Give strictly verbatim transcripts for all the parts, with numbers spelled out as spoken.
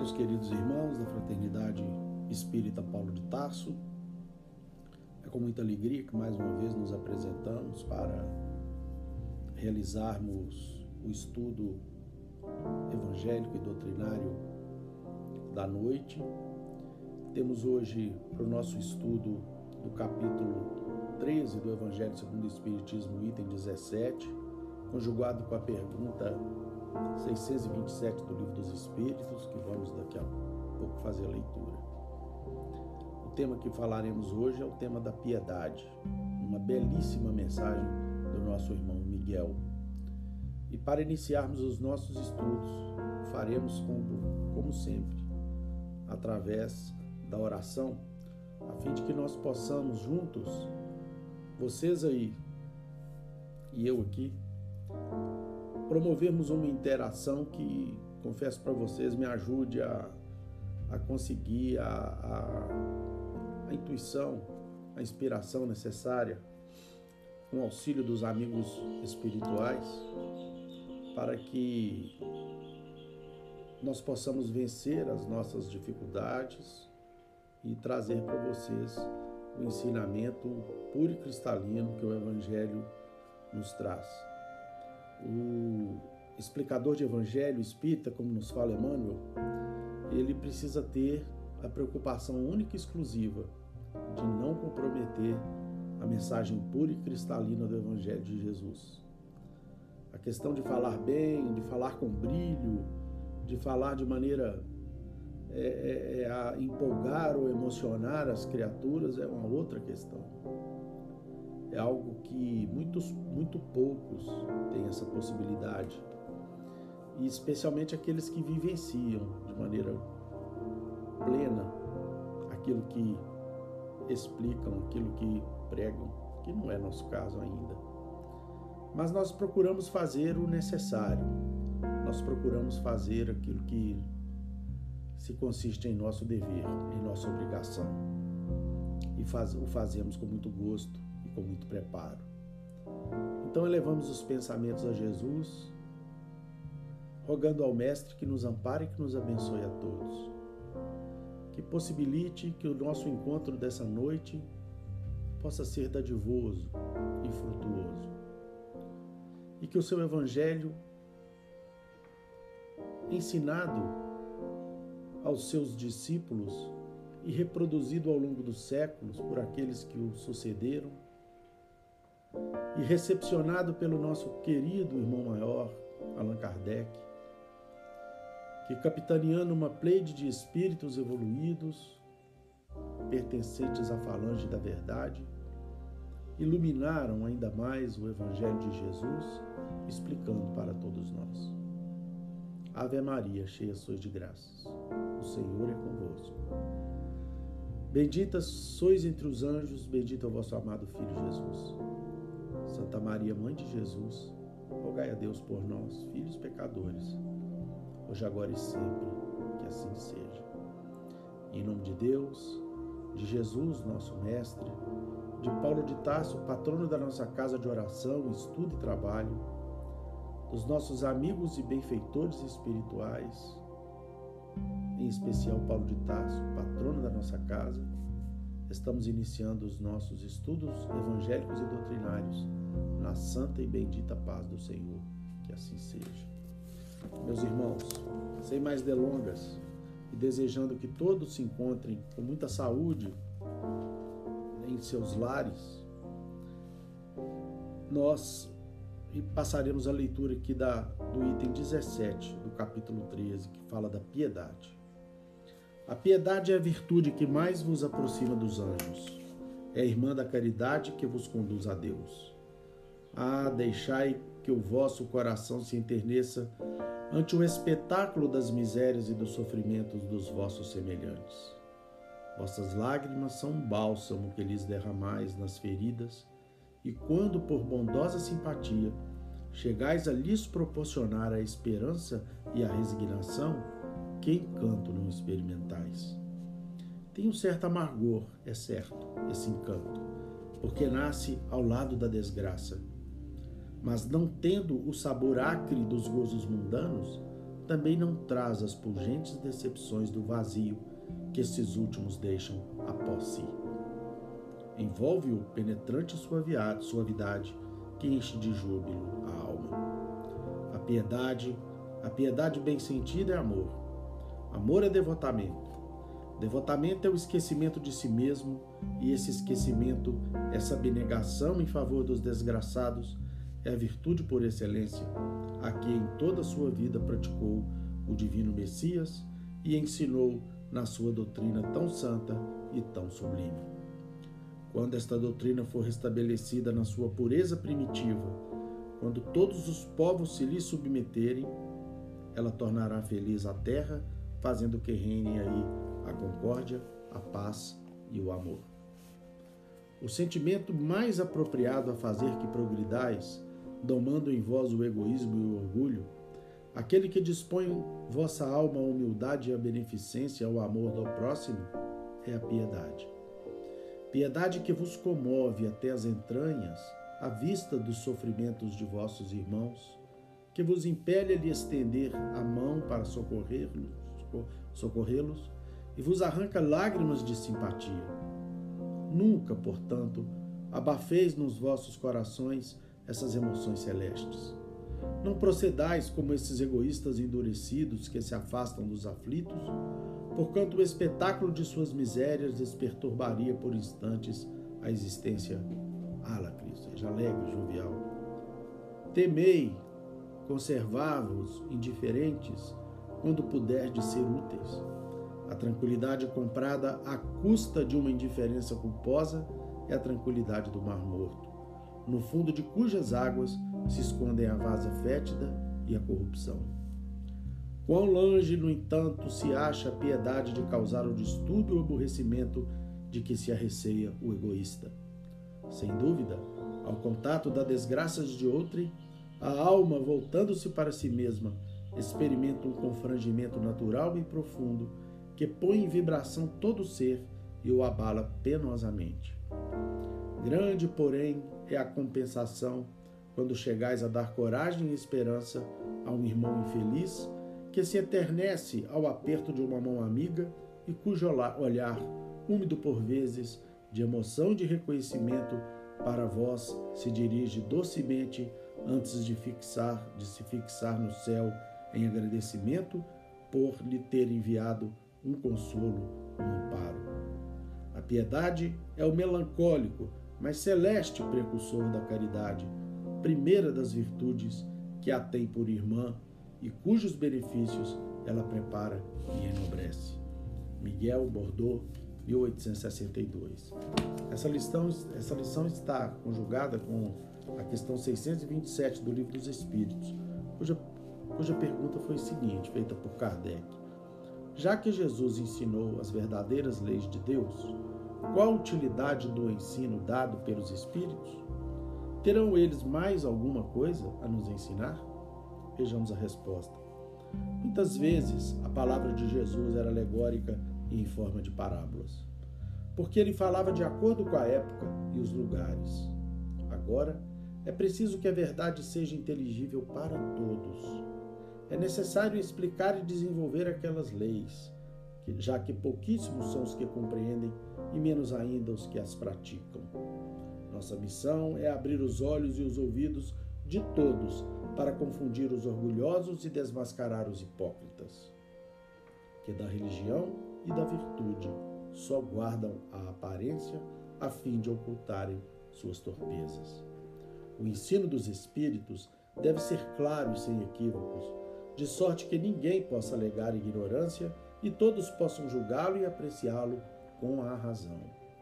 meus queridos irmãos da Fraternidade Espírita Paulo de Tarso. É com muita alegria que mais uma vez nos apresentamos para realizarmos o estudo evangélico e doutrinário da noite. Temos hoje para o nosso estudo do capítulo treze do Evangelho segundo o Espiritismo, item dezessete, conjugado com a pergunta seiscentos e vinte e sete do Livro dos Espíritos, que vamos daqui a pouco fazer a leitura. O tema que falaremos hoje é o tema da piedade, uma belíssima mensagem do nosso irmão Miguel. E para iniciarmos os nossos estudos, faremos como, como sempre, através da oração, a fim de que nós possamos juntos, vocês aí e eu aqui, promovermos uma interação que, confesso para vocês, me ajude a, a conseguir a, a, a intuição, a inspiração necessária, com o auxílio dos amigos espirituais, para que nós possamos vencer as nossas dificuldades e trazer para vocês o ensinamento puro e cristalino que o Evangelho nos traz. O explicador de Evangelho espírita, como nos fala Emmanuel, ele precisa ter a preocupação única e exclusiva de não comprometer a mensagem pura e cristalina do Evangelho de Jesus. A questão de falar bem, de falar com brilho, de falar de maneira é, é, é, a empolgar ou emocionar as criaturas é uma outra questão. É algo que muitos, muito poucos têm essa possibilidade. E especialmente aqueles que vivenciam de maneira plena aquilo que explicam, aquilo que pregam, que não é nosso caso ainda. Mas nós procuramos fazer o necessário. Nós procuramos fazer aquilo que se consiste em nosso dever, em nossa obrigação. E faz, o fazemos com muito gosto, com muito preparo. Então elevamos os pensamentos a Jesus, rogando ao Mestre que nos ampare e que nos abençoe a todos, que possibilite que o nosso encontro dessa noite possa ser dadivoso e frutuoso, e que o seu Evangelho, ensinado aos seus discípulos e reproduzido ao longo dos séculos por aqueles que o sucederam, e recepcionado pelo nosso querido irmão maior, Allan Kardec, que, capitaneando uma pleide de espíritos evoluídos, pertencentes à falange da verdade, iluminaram ainda mais o Evangelho de Jesus, explicando para todos nós. Ave Maria, cheia sois de graças, o Senhor é convosco. Bendita sois entre os anjos, bendito é o vosso amado Filho Jesus. Santa Maria, Mãe de Jesus, rogai a Deus por nós, filhos pecadores, hoje, agora e sempre, que assim seja. Em nome de Deus, de Jesus, nosso Mestre, de Paulo de Tarso, patrono da nossa casa de oração, estudo e trabalho, dos nossos amigos e benfeitores espirituais, em especial Paulo de Tarso, patrono da nossa casa, estamos iniciando os nossos estudos evangélicos e doutrinários na santa e bendita paz do Senhor, que assim seja. Meus irmãos, sem mais delongas e desejando que todos se encontrem com muita saúde em seus lares, nós passaremos a leitura aqui da, do item dezessete do capítulo treze, que fala da piedade. A piedade é a virtude que mais vos aproxima dos anjos. É a irmã da caridade que vos conduz a Deus. Ah, deixai que o vosso coração se enterneça ante o espetáculo das misérias e dos sofrimentos dos vossos semelhantes. Vossas lágrimas são um bálsamo que lhes derramais nas feridas, e quando, por bondosa simpatia, chegais a lhes proporcionar a esperança e a resignação, que encanto não experimentais. Tem um certo amargor, é certo, esse encanto, porque nasce ao lado da desgraça. Mas não tendo o sabor acre dos gozos mundanos, também não traz as pungentes decepções do vazio que esses últimos deixam após si. Envolve-o penetrante suavidade que enche de júbilo a alma. A piedade, a piedade bem sentida é amor. Amor é devotamento. Devotamento é o esquecimento de si mesmo, e esse esquecimento, essa abnegação em favor dos desgraçados, é a virtude por excelência, a que em toda a sua vida praticou o divino Messias e ensinou na sua doutrina tão santa e tão sublime. Quando esta doutrina for restabelecida na sua pureza primitiva, quando todos os povos se lhe submeterem, ela tornará feliz a terra, fazendo que reinem aí a concórdia, a paz e o amor. O sentimento mais apropriado a fazer que progridais, domando em vós o egoísmo e o orgulho, aquele que dispõe vossa alma à humildade e à beneficência, ao amor do próximo, é a piedade. Piedade que vos comove até as entranhas, à vista dos sofrimentos de vossos irmãos, que vos impele a lhe estender a mão para socorrê-los, socorrê-los e vos arranca lágrimas de simpatia. Nunca, portanto, abafeis nos vossos corações essas emoções celestes. Não procedais como esses egoístas endurecidos que se afastam dos aflitos, porquanto o espetáculo de suas misérias lhes perturbaria por instantes a existência álacre, seja alegre, jovial. Temei conservar-vos indiferentes quando puderdes ser úteis. A tranquilidade comprada à custa de uma indiferença culposa é a tranquilidade do Mar Morto, no fundo de cujas águas se escondem a várzea fétida e a corrupção. Quão longe, no entanto, se acha a piedade de causar o distúrbio e o aborrecimento de que se arreceia o egoísta. Sem dúvida, ao contato das desgraças de outrem, a alma, voltando-se para si mesma, experimenta um confrangimento natural e profundo que põe em vibração todo o ser e o abala penosamente. Grande, porém, é a compensação quando chegais a dar coragem e esperança a um irmão infeliz que se eternece ao aperto de uma mão amiga e cujo olhar, úmido por vezes, de emoção e de reconhecimento, para vós se dirige docemente antes de fixar, de se fixar no céu em agradecimento por lhe ter enviado um consolo, um amparo. A piedade é o melancólico, mas celeste precursor da caridade, primeira das virtudes que a tem por irmã e cujos benefícios ela prepara e enobrece. Miguel Bordeaux, mil oitocentos e sessenta e dois. Essa lição, essa lição está conjugada com a questão seiscentos e vinte e sete do Livro dos Espíritos, cuja, cuja pergunta foi a seguinte, feita por Kardec. Já que Jesus ensinou as verdadeiras leis de Deus, qual a utilidade do ensino dado pelos Espíritos? Terão eles mais alguma coisa a nos ensinar? Vejamos a resposta. Muitas vezes a palavra de Jesus era alegórica e em forma de parábolas, porque ele falava de acordo com a época e os lugares. Agora, é preciso que a verdade seja inteligível para todos. É necessário explicar e desenvolver aquelas leis, já que pouquíssimos são os que compreendem e menos ainda os que as praticam. Nossa missão é abrir os olhos e os ouvidos de todos para confundir os orgulhosos e desmascarar os hipócritas, que da religião e da virtude só guardam a aparência a fim de ocultarem suas torpezas. O ensino dos Espíritos deve ser claro e sem equívocos, de sorte que ninguém possa alegar ignorância e todos possam julgá-lo e apreciá-lo com a razão.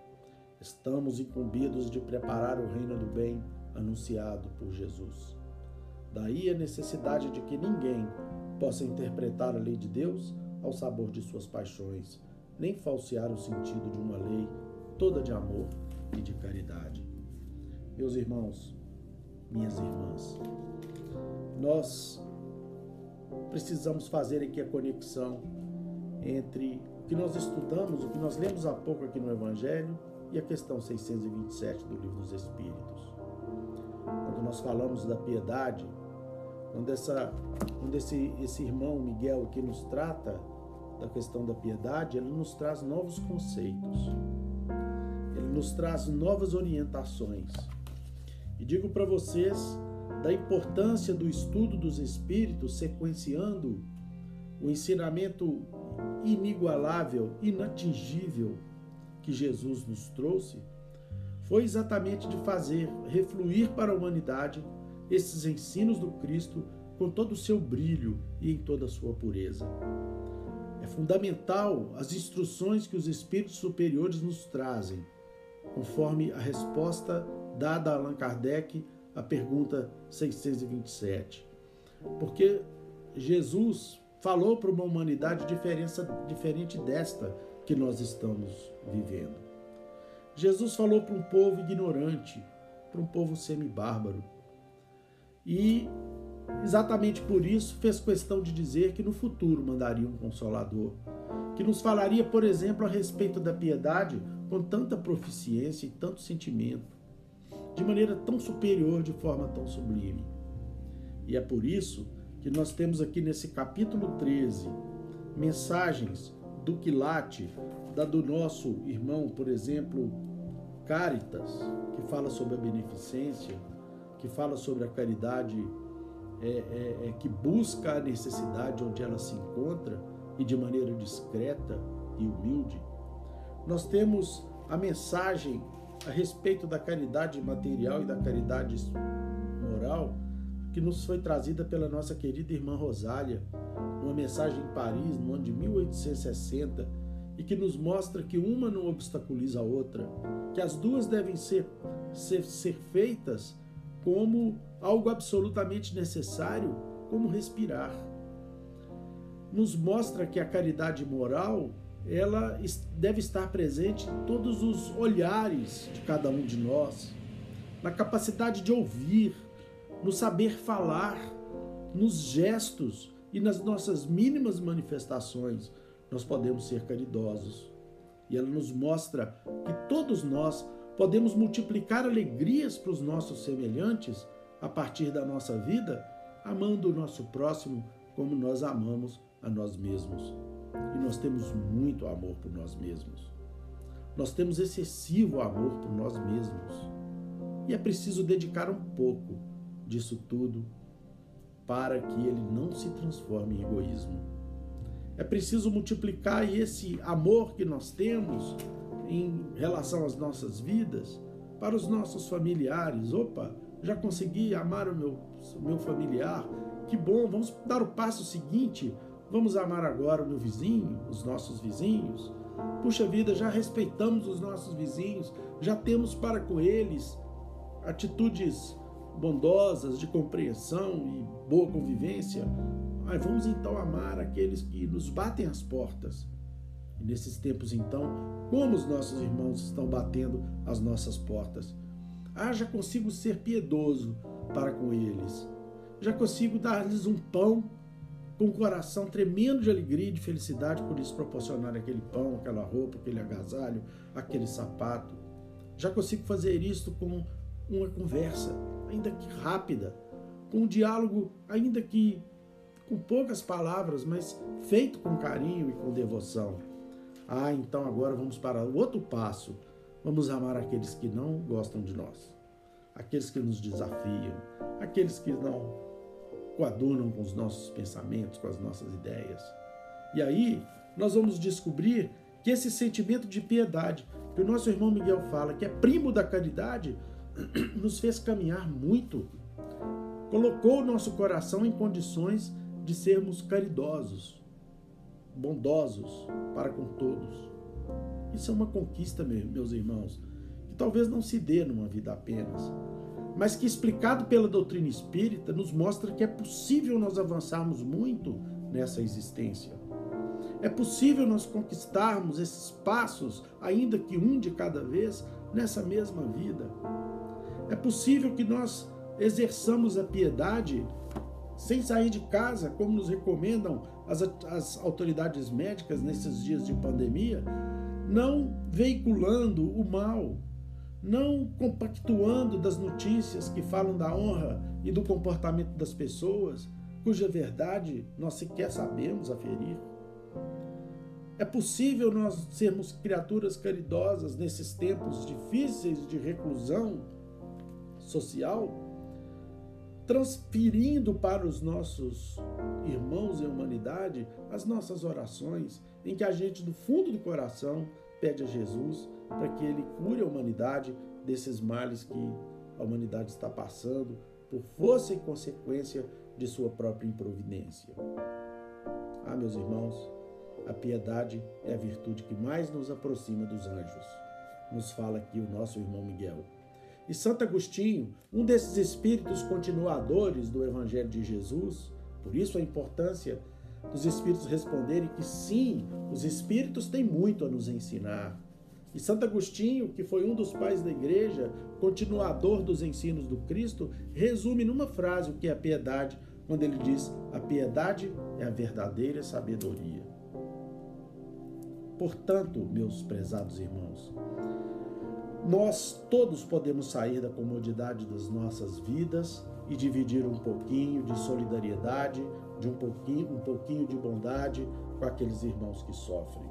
Estamos incumbidos de preparar o reino do bem anunciado por Jesus. Daí a necessidade de que ninguém possa interpretar a lei de Deus ao sabor de suas paixões, nem falsear o sentido de uma lei toda de amor e de caridade. Meus irmãos, minhas irmãs, nós precisamos fazer aqui a conexão entre o que nós estudamos, o que nós lemos há pouco aqui no Evangelho e a questão seiscentos e vinte e sete do Livro dos Espíritos. Quando nós falamos da piedade, quando, essa, quando esse, esse irmão Miguel aqui nos trata da questão da piedade, ele nos traz novos conceitos, ele nos traz novas orientações. E digo para vocês da importância do estudo dos Espíritos, sequenciando o ensinamento inigualável, inatingível que Jesus nos trouxe, foi exatamente de fazer refluir para a humanidade esses ensinos do Cristo com todo o seu brilho e em toda a sua pureza. É fundamental as instruções que os Espíritos superiores nos trazem, conforme a resposta dada a Allan Kardec à pergunta seiscentos e vinte e sete. Porque Jesus falou para uma humanidade diferente desta que nós estamos vivendo. Jesus falou para um povo ignorante, para um povo semi-bárbaro. E exatamente por isso fez questão de dizer que no futuro mandaria um Consolador, que nos falaria, por exemplo, a respeito da piedade com tanta proficiência e tanto sentimento, de maneira tão superior, de forma tão sublime. E é por isso que nós temos aqui nesse capítulo treze mensagens do quilate, da do nosso irmão, por exemplo, Cáritas, que fala sobre a beneficência, que fala sobre a caridade é, é, é, que busca a necessidade onde ela se encontra e de maneira discreta e humilde. Nós temos a mensagem a respeito da caridade material e da caridade moral, que nos foi trazida pela nossa querida irmã Rosália, numa mensagem em Paris, no ano de mil oitocentos e sessenta, e que nos mostra que uma não obstaculiza a outra, que as duas devem ser, ser, ser feitas como algo absolutamente necessário, como respirar. Nos mostra que a caridade moral, ela deve estar presente em todos os olhares de cada um de nós, na capacidade de ouvir, no saber falar, nos gestos e nas nossas mínimas manifestações, nós podemos ser caridosos. E ela nos mostra que todos nós podemos multiplicar alegrias para os nossos semelhantes a partir da nossa vida, amando o nosso próximo como nós amamos a nós mesmos. E nós temos muito amor por nós mesmos. Nós temos excessivo amor por nós mesmos. E é preciso dedicar um pouco disso tudo para que ele não se transforme em egoísmo. É preciso multiplicar esse amor que nós temos em relação às nossas vidas para os nossos familiares. Opa, já consegui amar o meu, o meu familiar, que bom, vamos dar o passo seguinte, vamos amar agora o meu vizinho, os nossos vizinhos. Puxa vida, já respeitamos os nossos vizinhos, já temos para com eles atitudes bondosas, de compreensão e boa convivência. Mas vamos então amar aqueles que nos batem as portas. E nesses tempos então, como os nossos irmãos estão batendo as nossas portas? Ah, já consigo ser piedoso para com eles. Já consigo dar-lhes um pão com o coração tremendo de alegria e de felicidade por eles proporcionarem aquele pão, aquela roupa, aquele agasalho, aquele sapato. Já consigo fazer isto com uma conversa, ainda que rápida, com um diálogo, ainda que com poucas palavras, mas feito com carinho e com devoção. Ah, então agora vamos para o outro passo. Vamos amar aqueles que não gostam de nós, aqueles que nos desafiam, aqueles que não coadunam com os nossos pensamentos, com as nossas ideias. E aí nós vamos descobrir que esse sentimento de piedade, que o nosso irmão Miguel fala, que é primo da caridade, nos fez caminhar muito, colocou o nosso coração em condições de sermos caridosos, bondosos para com todos. Isso é uma conquista, meus irmãos, que talvez não se dê numa vida apenas, mas que, explicado pela doutrina espírita, nos mostra que é possível nós avançarmos muito nessa existência. É possível nós conquistarmos esses passos, ainda que um de cada vez, nessa mesma vida. É possível que nós exerçamos a piedade sem sair de casa, como nos recomendam as, as autoridades médicas nesses dias de pandemia, não veiculando o mal, não compactuando das notícias que falam da honra e do comportamento das pessoas, cuja verdade nós sequer sabemos aferir. É possível nós sermos criaturas caridosas nesses tempos difíceis de reclusão social, transferindo para os nossos irmãos em humanidade as nossas orações, em que a gente, do fundo do coração, pede a Jesus para que Ele cure a humanidade desses males que a humanidade está passando por força e consequência de sua própria improvidência. Ah, meus irmãos, a piedade é a virtude que mais nos aproxima dos anjos, nos fala aqui o nosso irmão Miguel. E Santo Agostinho, um desses espíritos continuadores do Evangelho de Jesus, por isso a importância dos espíritos responderem que sim, os espíritos têm muito a nos ensinar. E Santo Agostinho, que foi um dos pais da igreja, continuador dos ensinos do Cristo, resume numa frase o que é a piedade, quando ele diz: a piedade é a verdadeira sabedoria. Portanto, meus prezados irmãos, nós todos podemos sair da comodidade das nossas vidas e dividir um pouquinho de solidariedade, de um pouquinho, um pouquinho de bondade com aqueles irmãos que sofrem.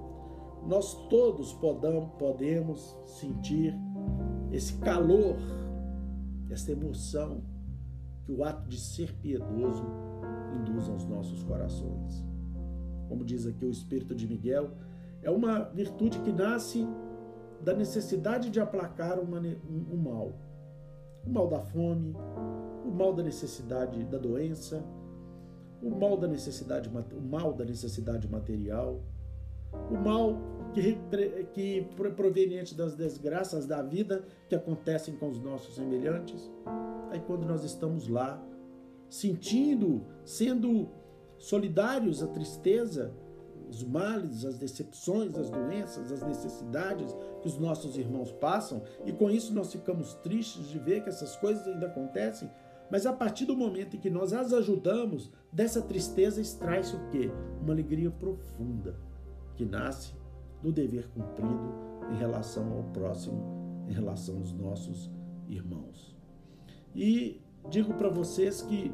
Nós todos podam, podemos sentir esse calor, essa emoção que o ato de ser piedoso induz aos nossos corações. Como diz aqui o Espírito de Miguel, é uma virtude que nasce da necessidade de aplacar uma, um, um mal. O mal da fome, o mal da necessidade da doença, o mal da necessidade, o mal da necessidade material, o mal que, que proveniente das desgraças da vida que acontecem com os nossos semelhantes. Aí quando nós estamos lá, sentindo, sendo solidários à tristeza, os males, as decepções, as doenças, as necessidades que os nossos irmãos passam, e com isso nós ficamos tristes de ver que essas coisas ainda acontecem, mas a partir do momento em que nós as ajudamos, dessa tristeza extrai-se o quê? Uma alegria profunda, que nasce do dever cumprido em relação ao próximo, em relação aos nossos irmãos. E digo para vocês que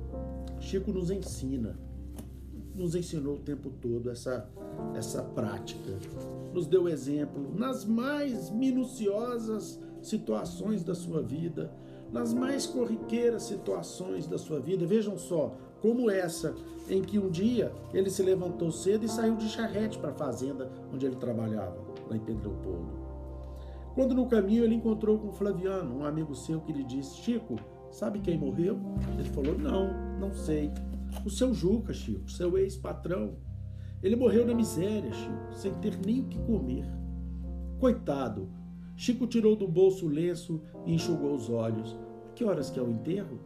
Chico nos ensina, nos ensinou o tempo todo essa, essa prática, nos deu exemplo nas mais minuciosas situações da sua vida, nas mais corriqueiras situações da sua vida. Vejam só, como essa, em que um dia ele se levantou cedo e saiu de charrete para a fazenda onde ele trabalhava, lá em Pedro Leopoldo. Quando no caminho ele encontrou com Flaviano, um amigo seu, que lhe disse: Chico, sabe quem morreu? Ele falou: não, não sei. O seu Juca, Chico, seu ex-patrão. Ele morreu na miséria, Chico, sem ter nem o que comer. Coitado. Chico tirou do bolso o lenço e enxugou os olhos. A que horas que é o enterro?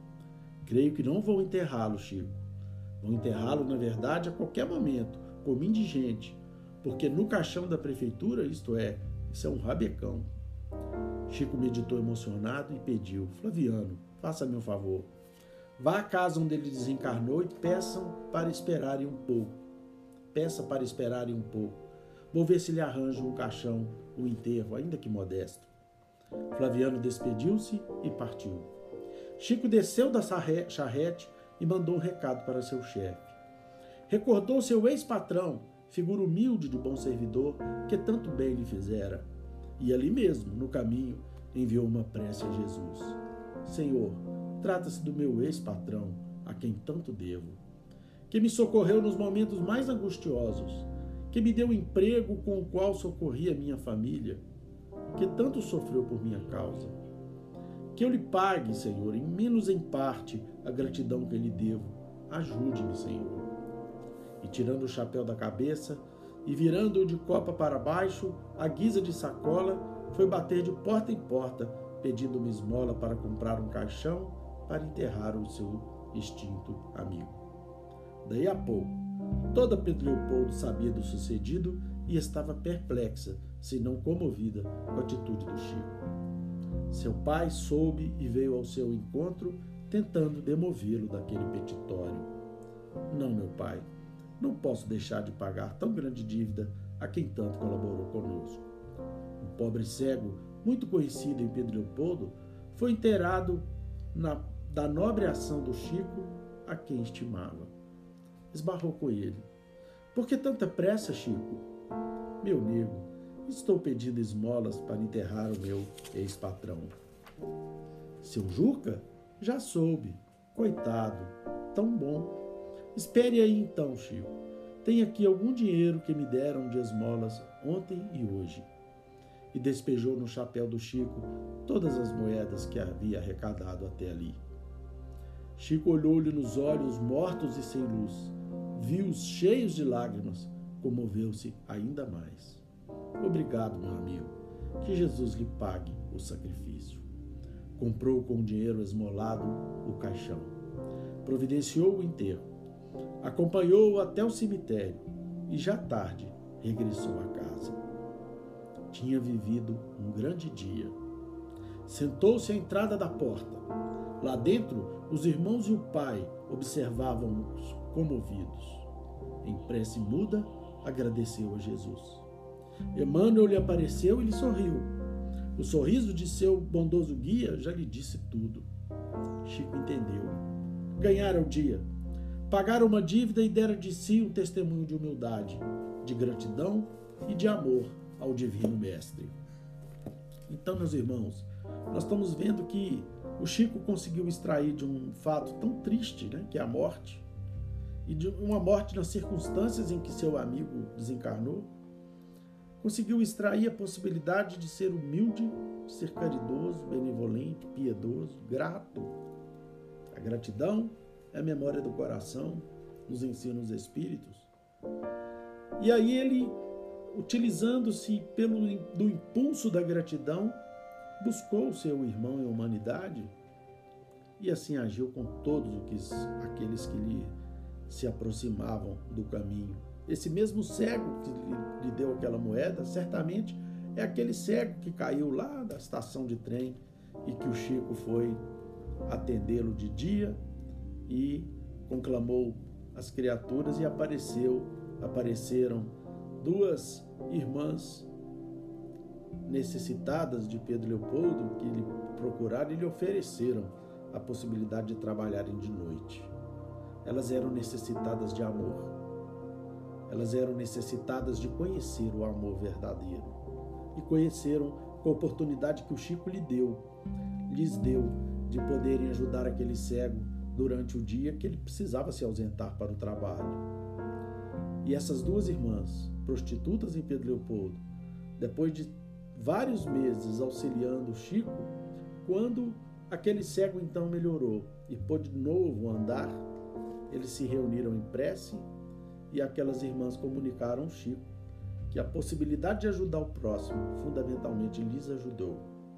Creio que não vão enterrá-lo, Chico. Vão enterrá-lo, na verdade, a qualquer momento, por mim de gente, porque no caixão da prefeitura, isto é, isso é um rabecão. Chico meditou emocionado e pediu: Flaviano, faça-me um favor. Vá à casa onde ele desencarnou e peçam para esperarem um pouco. Peça para esperarem um pouco. Vou ver se lhe arranjo um caixão, um enterro, ainda que modesto. Flaviano despediu-se e partiu. Chico desceu da charrete e mandou um recado para seu chefe. Recordou seu ex-patrão, figura humilde de bom servidor, que tanto bem lhe fizera. E ali mesmo, no caminho, enviou uma prece a Jesus. Senhor, trata-se do meu ex-patrão, a quem tanto devo, que me socorreu nos momentos mais angustiosos, que me deu emprego com o qual socorri a minha família, que tanto sofreu por minha causa. Que eu lhe pague, Senhor, em menos em parte, a gratidão que lhe devo. Ajude-me, Senhor. E tirando o chapéu da cabeça e virando-o de copa para baixo, à guisa de sacola, foi bater de porta em porta, pedindo uma esmola para comprar um caixão para enterrar o seu extinto amigo. Daí a pouco, toda Pedro Leopoldo sabia do sucedido e estava perplexa, se não comovida, com a atitude do Chico. Seu pai soube e veio ao seu encontro, tentando demovê-lo daquele petitório. Não, meu pai, não posso deixar de pagar tão grande dívida a quem tanto colaborou conosco. O pobre cego muito conhecido em Pedro Leopoldo, foi inteirado na, da nobre ação do Chico, a quem estimava. Esbarrou com ele. Por que tanta pressa, Chico? Meu nego, estou pedindo esmolas para enterrar o meu ex-patrão. Seu Juca? Já soube. Coitado, tão bom. Espere aí então, Chico. Tem aqui algum dinheiro que me deram de esmolas ontem e hoje. E despejou no chapéu do Chico todas as moedas que havia arrecadado até ali. Chico olhou-lhe nos olhos mortos e sem luz, viu-os cheios de lágrimas, comoveu-se ainda mais. Obrigado, meu amigo, que Jesus lhe pague o sacrifício. Comprou com o dinheiro esmolado o caixão, providenciou o enterro, acompanhou-o até o cemitério e já tarde regressou a casa. Tinha vivido um grande dia. Sentou-se à entrada da porta. Lá dentro, os irmãos e o pai observavam-os comovidos. Em prece muda, agradeceu a Jesus. Emmanuel lhe apareceu e lhe sorriu. O sorriso de seu bondoso guia já lhe disse tudo. Chico entendeu. Ganhara o dia. Pagara uma dívida e dera de si um testemunho de humildade, de gratidão e de amor ao Divino Mestre. Então, meus irmãos, nós estamos vendo que o Chico conseguiu extrair de um fato tão triste, né, que é a morte, e de uma morte nas circunstâncias em que seu amigo desencarnou, conseguiu extrair a possibilidade de ser humilde, de ser caridoso, benevolente, piedoso, grato. A gratidão é a memória do coração, nos ensina os Espíritos. E aí ele, utilizando-se pelo do impulso da gratidão, buscou o seu irmão em humanidade e assim agiu com todos os, aqueles que lhe se aproximavam do caminho. Esse mesmo cego que lhe, lhe deu aquela moeda, certamente é aquele cego que caiu lá da estação de trem e que o Chico foi atendê-lo de dia e conclamou as criaturas e apareceu, apareceram duas irmãs necessitadas de Pedro Leopoldo que lhe procuraram e lhe ofereceram a possibilidade de trabalharem de noite. Elas eram necessitadas de amor. Elas eram necessitadas de conhecer o amor verdadeiro. E conheceram com a oportunidade que o Chico lhe deu, lhes deu, de poderem ajudar aquele cego durante o dia que ele precisava se ausentar para o trabalho. E essas duas irmãs, prostitutas em Pedro Leopoldo, depois de vários meses auxiliando o Chico, quando aquele cego então melhorou e pôde de novo andar, eles se reuniram em prece e aquelas irmãs comunicaram ao Chico que a possibilidade de ajudar o próximo fundamentalmente lhes ajudou.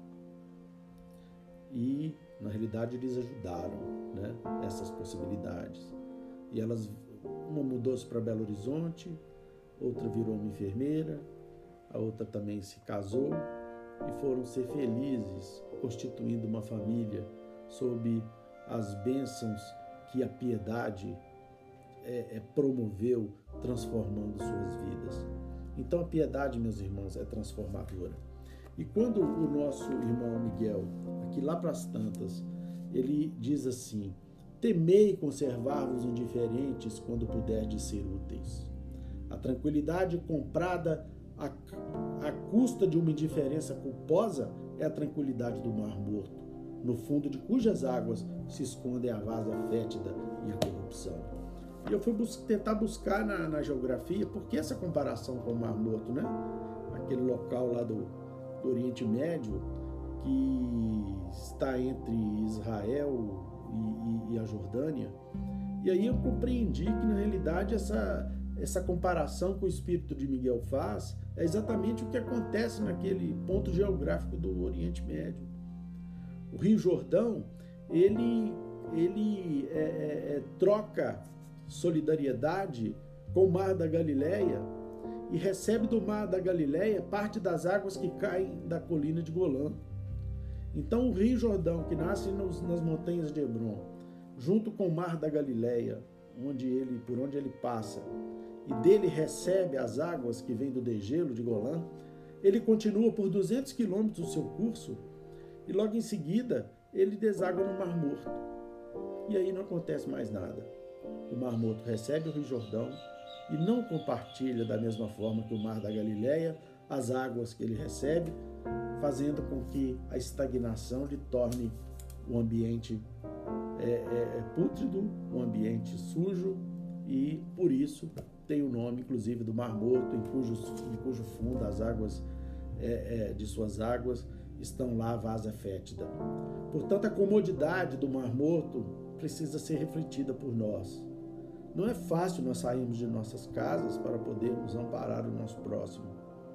E, na realidade, eles ajudaram, né, essas possibilidades. E elas, uma mudou-se para Belo Horizonte, outra virou uma enfermeira, a outra também se casou e foram ser felizes, constituindo uma família sob as bênçãos que a piedade é, é, promoveu, transformando suas vidas. Então a piedade, meus irmãos, é transformadora. E quando o nosso irmão Miguel, aqui lá para as tantas, ele diz assim: temei conservar-vos indiferentes quando puderdes ser úteis. A tranquilidade comprada à, à custa de uma indiferença culposa é a tranquilidade do Mar Morto, no fundo de cujas águas se esconde a vasa fétida e a corrupção. E eu fui bus- tentar buscar na, na geografia por que essa comparação com o Mar Morto, né? Aquele local lá do, do Oriente Médio que está entre Israel e, e, e a Jordânia. E aí eu compreendi que, na realidade, essa, essa comparação que o espírito de Miguel faz é exatamente o que acontece naquele ponto geográfico do Oriente Médio. O Rio Jordão, ele, ele é, é, é, troca solidariedade com o Mar da Galileia e recebe do Mar da Galileia parte das águas que caem da colina de Golã. Então o Rio Jordão, que nasce nos, nas montanhas de Hebron, junto com o Mar da Galileia, onde ele, por onde ele passa, e dele recebe as águas que vêm do degelo de Golã, ele continua por duzentos quilômetros o seu curso e logo em seguida ele deságua no Mar Morto. E aí não acontece mais nada. O Mar Morto recebe o Rio Jordão e não compartilha da mesma forma que o Mar da Galileia as águas que ele recebe, fazendo com que a estagnação lhe torne o ambiente é, é, é pútrido, um ambiente sujo, e por isso tem o nome, inclusive, do Mar Morto, em cujo, em cujo fundo as águas é, é, de suas águas estão lá a vasa fétida. Portanto, a comodidade do Mar Morto precisa ser refletida por nós. Não é fácil nós sairmos de nossas casas para podermos amparar o nosso próximo.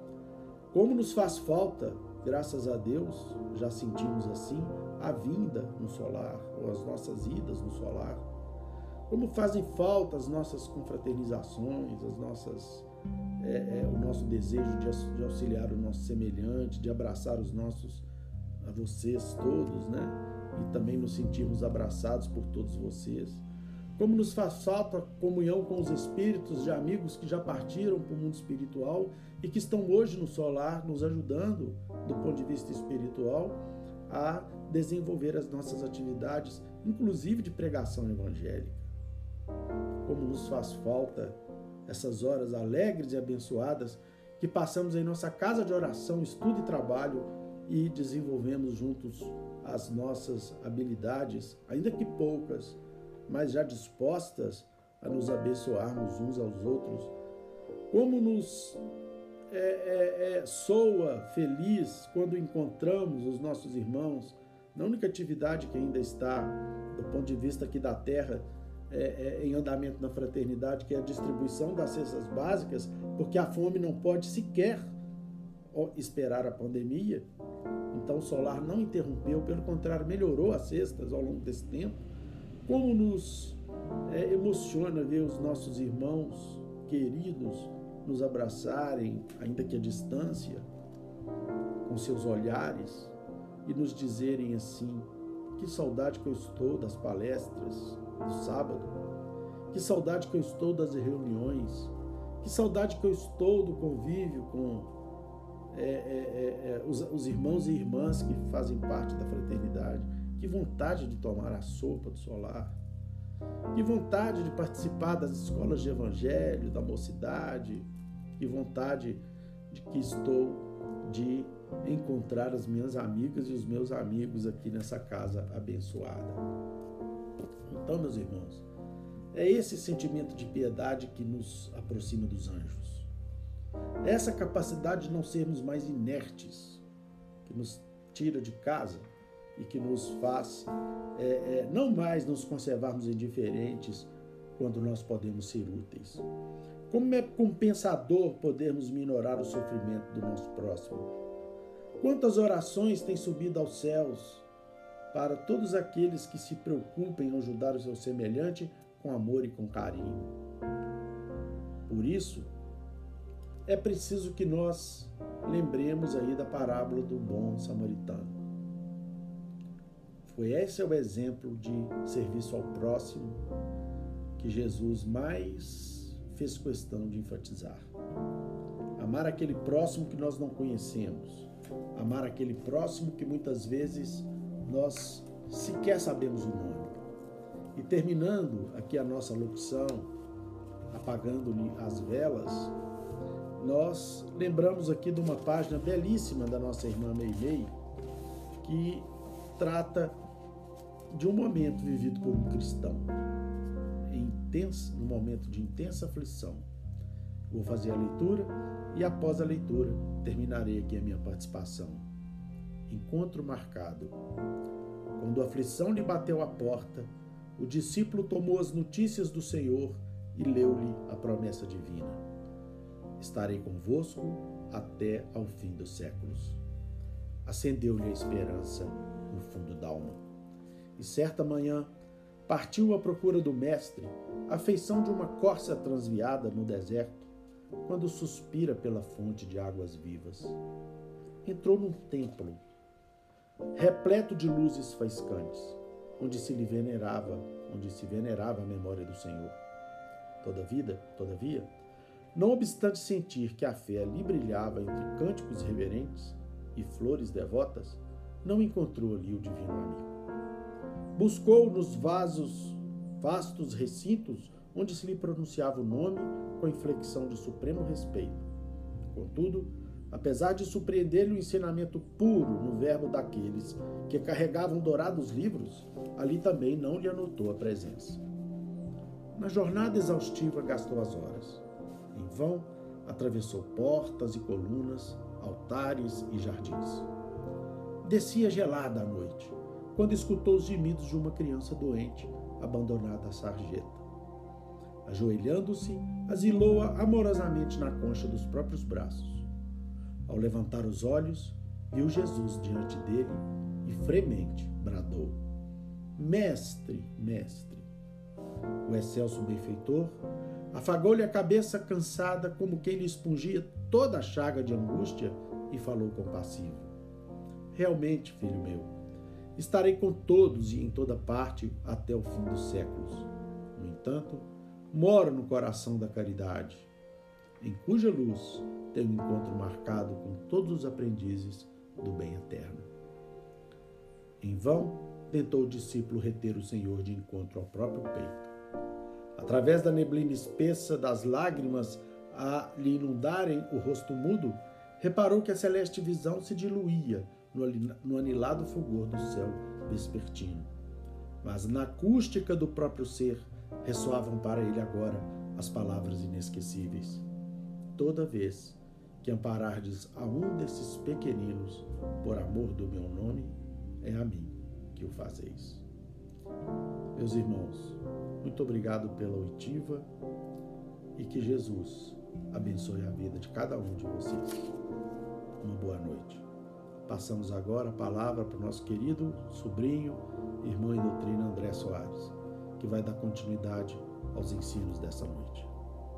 Como nos faz falta, graças a Deus, já sentimos assim, a vinda no solar, ou as nossas idas no solar. Como fazem falta as nossas confraternizações, as nossas, é, é, o nosso desejo de, de auxiliar o nosso semelhante, de abraçar os nossos, a vocês todos, né? E também nos sentirmos abraçados por todos vocês. Como nos faz falta a comunhão com os espíritos de amigos que já partiram para o mundo espiritual e que estão hoje no solar, nos ajudando, do ponto de vista espiritual, a desenvolver as nossas atividades, inclusive de pregação evangélica. Como nos faz falta essas horas alegres e abençoadas que passamos em nossa casa de oração, estudo e trabalho e desenvolvemos juntos as nossas habilidades, ainda que poucas, mas já dispostas a nos abençoarmos uns aos outros. Como nos é, é, é, soa feliz quando encontramos os nossos irmãos na única atividade que ainda está, do ponto de vista aqui da terra, é, é, em andamento na fraternidade, que é a distribuição das cestas básicas, porque a fome não pode sequer esperar a pandemia. Então o solar não interrompeu, pelo contrário, melhorou as cestas ao longo desse tempo. Como nos é, emociona ver os nossos irmãos queridos nos abraçarem, ainda que à distância, com seus olhares, e nos dizerem assim: que saudade que eu estou das palestras do sábado, que saudade que eu estou das reuniões, que saudade que eu estou do convívio com é, é, é, os, os irmãos e irmãs que fazem parte da fraternidade. Que vontade de tomar a sopa do solar, que vontade de participar das escolas de evangelho, da mocidade, que vontade de que estou de encontrar as minhas amigas e os meus amigos aqui nessa casa abençoada. Então, meus irmãos, é esse sentimento de piedade que nos aproxima dos anjos. É essa capacidade de não sermos mais inertes, que nos tira de casa e que nos faz é, é, não mais nos conservarmos indiferentes quando nós podemos ser úteis. Como é compensador podermos minorar o sofrimento do nosso próximo. Quantas orações têm subido aos céus para todos aqueles que se preocupem em ajudar o seu semelhante com amor e com carinho. Por isso, é preciso que nós lembremos aí da parábola do bom samaritano. Foi esse é o exemplo de serviço ao próximo que Jesus mais fez questão de enfatizar. Amar aquele próximo que nós não conhecemos. Amar aquele próximo que muitas vezes nós sequer sabemos o nome. E terminando aqui a nossa locução, apagando-lhe as velas, nós lembramos aqui de uma página belíssima da nossa irmã Meimei, que trata de um momento vivido por um cristão, intenso, num momento de intensa aflição. Vou fazer a leitura e após a leitura terminarei aqui a minha participação. Encontro marcado. Quando a aflição lhe bateu à porta, o discípulo tomou as notícias do Senhor e leu-lhe a promessa divina. Estarei convosco até ao fim dos séculos. Acendeu-lhe a esperança no fundo da alma. E certa manhã partiu à procura do mestre, à feição de uma corça transviada no deserto, quando suspira pela fonte de águas vivas. Entrou num templo, repleto de luzes faiscantes, onde se lhe venerava, onde se venerava a memória do Senhor. Todavia, todavia, Não obstante sentir que a fé ali brilhava entre cânticos reverentes e flores devotas, não encontrou ali o divino amigo. Buscou nos vasos, vastos recintos onde se lhe pronunciava o nome com inflexão de supremo respeito. Contudo, apesar de surpreender-lhe o ensinamento puro no verbo daqueles que carregavam dourados livros, ali também não lhe anotou a presença. Na jornada exaustiva gastou as horas. Em vão, atravessou portas e colunas, altares e jardins. Descia gelada a noite, quando escutou os gemidos de uma criança doente, abandonada à sarjeta. Ajoelhando-se, asilou-a amorosamente na concha dos próprios braços. Ao levantar os olhos, viu Jesus diante dele e, fremente, bradou: Mestre, mestre! O excelso benfeitor afagou-lhe a cabeça cansada como quem lhe expungia toda a chaga de angústia e falou compassivo: Realmente, filho meu, estarei com todos e em toda parte até o fim dos séculos. No entanto, moro no coração da caridade, em cuja luz tenho um encontro marcado com todos os aprendizes do bem eterno. Em vão tentou o discípulo reter o Senhor de encontro ao próprio peito. Através da neblina espessa das lágrimas a lhe inundarem o rosto mudo, reparou que a celeste visão se diluía no anilado fulgor do céu vespertino. Mas na acústica do próprio ser ressoavam para ele agora as palavras inesquecíveis: Toda vez que amparardes a um desses pequeninos, por amor do meu nome, é a mim que o fazeis. Meus irmãos, muito obrigado pela oitiva e que Jesus abençoe a vida de cada um de vocês. Uma boa noite. Passamos agora a palavra para o nosso querido sobrinho, irmão em doutrina André Soares, que vai dar continuidade aos ensinos dessa noite.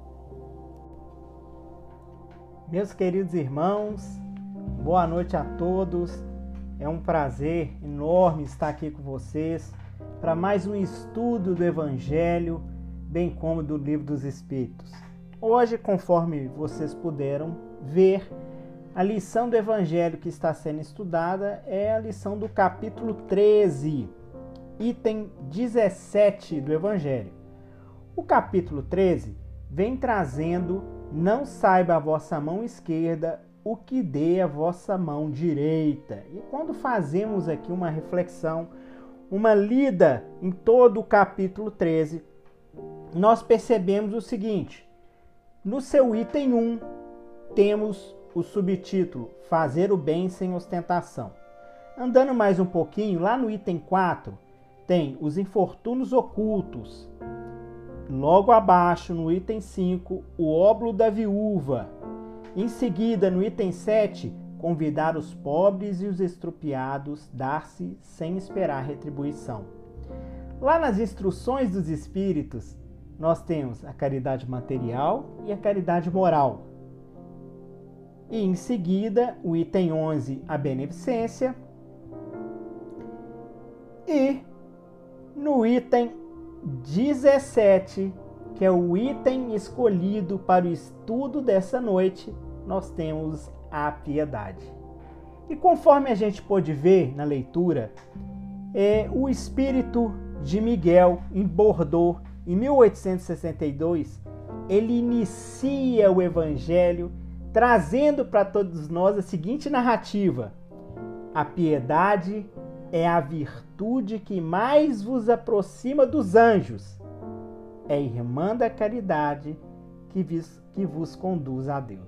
Meus queridos irmãos, boa noite a todos. É um prazer enorme estar aqui com vocês para mais um estudo do Evangelho, bem como do Livro dos Espíritos. Hoje, conforme vocês puderam ver, a lição do Evangelho que está sendo estudada é a lição do capítulo treze, item dezessete do Evangelho. O capítulo treze vem trazendo: não saiba a vossa mão esquerda o que dê a vossa mão direita. E quando fazemos aqui uma reflexão, uma lida em todo o capítulo treze, nós percebemos o seguinte: no seu item um, temos o subtítulo Fazer o bem sem ostentação. Andando mais um pouquinho, lá no item quatro, tem os infortúnios ocultos. Logo abaixo, no item cinco, o óbolo da viúva. Em seguida, no item sete, convidar os pobres e os estrupiados, dar-se sem esperar retribuição. Lá nas instruções dos Espíritos, nós temos a caridade material e a caridade moral. E em seguida, o item onze, a beneficência. E no item dezessete, que é o item escolhido para o estudo dessa noite, nós temos a piedade. E conforme a gente pôde ver na leitura, é, o espírito de Miguel, em Bordeaux, em mil oitocentos e sessenta e dois, ele inicia o Evangelho trazendo para todos nós a seguinte narrativa: a piedade é a virtude que mais vos aproxima dos anjos. É irmã da caridade que vos, que vos conduz a Deus.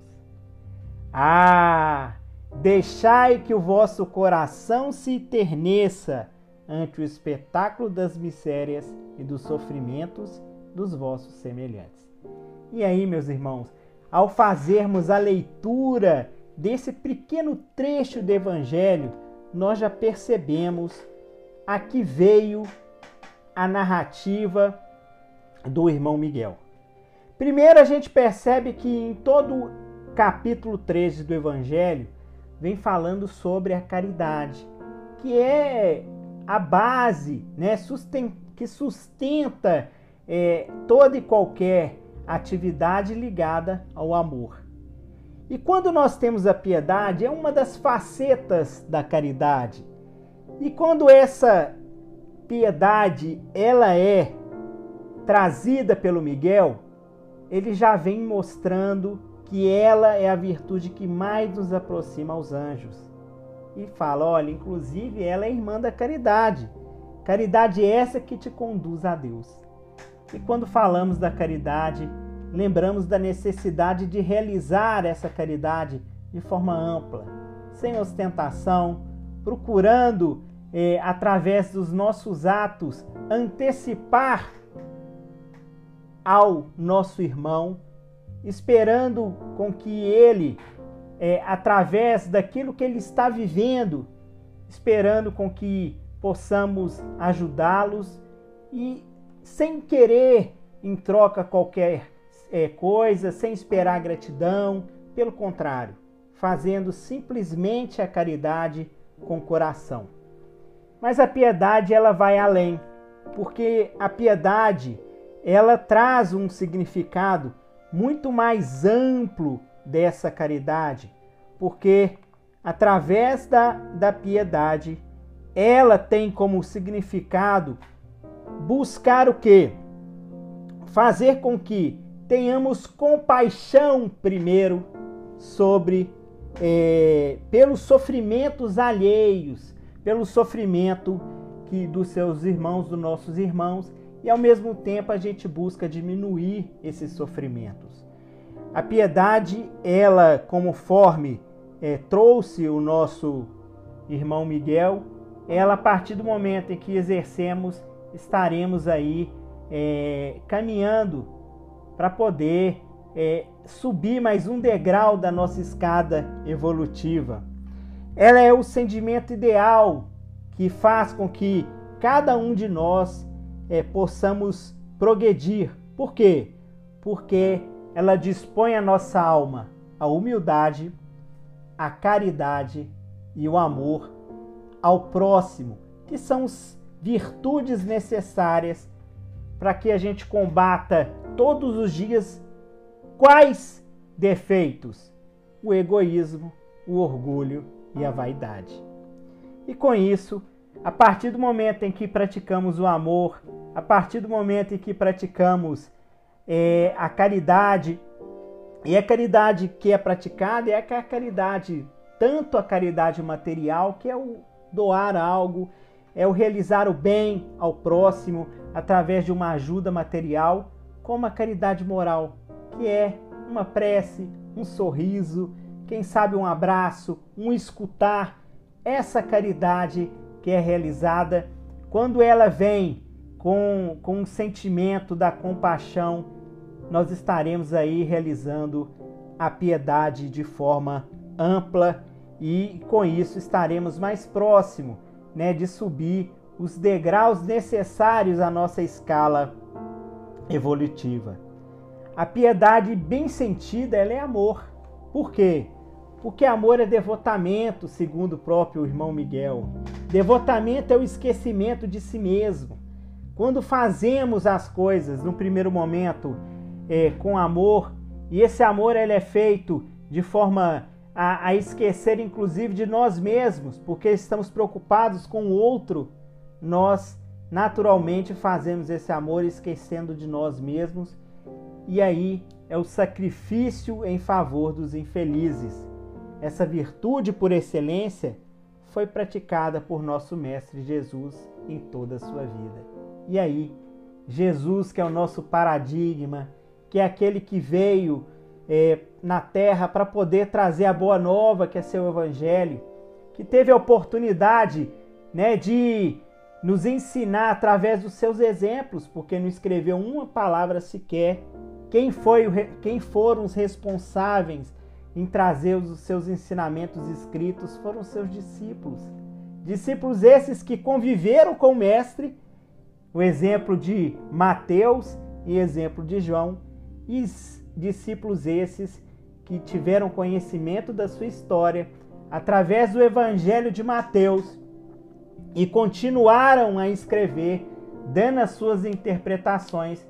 Ah, deixai que o vosso coração se enterneça ante o espetáculo das misérias e dos sofrimentos dos vossos semelhantes. E aí, meus irmãos, ao fazermos a leitura desse pequeno trecho do Evangelho, nós já percebemos a que veio a narrativa do irmão Miguel. Primeiro, a gente percebe que em todo o capítulo treze do Evangelho vem falando sobre a caridade, que é a base, né, susten- que sustenta é, toda e qualquer atividade ligada ao amor. E quando nós temos a piedade, é uma das facetas da caridade. E quando essa piedade ela é trazida pelo Miguel, ele já vem mostrando que ela é a virtude que mais nos aproxima aos anjos. E fala, olha, inclusive ela é irmã da caridade. Caridade é essa que te conduz a Deus. E quando falamos da caridade, lembramos da necessidade de realizar essa caridade de forma ampla, sem ostentação, procurando, eh, através dos nossos atos, antecipar ao nosso irmão, esperando com que ele, eh, através daquilo que ele está vivendo, esperando com que possamos ajudá-los e sem querer em troca qualquer É, coisa, sem esperar gratidão, pelo contrário, fazendo simplesmente a caridade com o coração. Mas a piedade ela vai além, porque a piedade ela traz um significado muito mais amplo dessa caridade, porque através da, da piedade ela tem como significado buscar o quê? Fazer com que tenhamos compaixão primeiro sobre é, pelos sofrimentos alheios, pelo sofrimento que dos seus irmãos, dos nossos irmãos, e ao mesmo tempo a gente busca diminuir esses sofrimentos. A piedade, ela, conforme é, trouxe o nosso irmão Miguel, ela a partir do momento em que exercemos, estaremos aí é, caminhando para poder é, subir mais um degrau da nossa escada evolutiva. Ela é o sentimento ideal que faz com que cada um de nós é, possamos progredir. Por quê? Porque ela dispõe a nossa alma à humildade, à caridade e o amor ao próximo, que são as virtudes necessárias para que a gente combata todos os dias quais defeitos? O egoísmo, o orgulho e a vaidade. E com isso, a partir do momento em que praticamos o amor, a partir do momento em que praticamos é, a caridade, e a caridade que é praticada é a caridade, tanto a caridade material, que é o doar algo, é o realizar o bem ao próximo através de uma ajuda material, como a caridade moral, que é uma prece, um sorriso, quem sabe um abraço, um escutar. Essa caridade que é realizada, quando ela vem com, com um sentimento da compaixão, nós estaremos aí realizando a piedade de forma ampla e com isso estaremos mais próximo, né, de subir os degraus necessários à nossa escala evolutiva. A piedade bem sentida, ela é amor. Por quê? Porque amor é devotamento, segundo o próprio irmão Miguel. Devotamento é o esquecimento de si mesmo. Quando fazemos as coisas, no primeiro momento, é, com amor, e esse amor ele é feito de forma a, a esquecer, inclusive, de nós mesmos, porque estamos preocupados com o outro, nós naturalmente fazemos esse amor esquecendo de nós mesmos, e aí é o sacrifício em favor dos infelizes. Essa virtude por excelência foi praticada por nosso Mestre Jesus em toda a sua vida. E aí, Jesus, que é o nosso paradigma, que é aquele que veio é, na terra para poder trazer a boa nova, que é seu evangelho, que teve a oportunidade, né, de nos ensinar através dos seus exemplos, porque não escreveu uma palavra sequer. Quem, foi, quem foram os responsáveis em trazer os seus ensinamentos escritos foram os seus discípulos. Discípulos esses que conviveram com o Mestre, o exemplo de Mateus e exemplo de João, e discípulos esses que tiveram conhecimento da sua história através do Evangelho de Mateus e continuaram a escrever, dando as suas interpretações,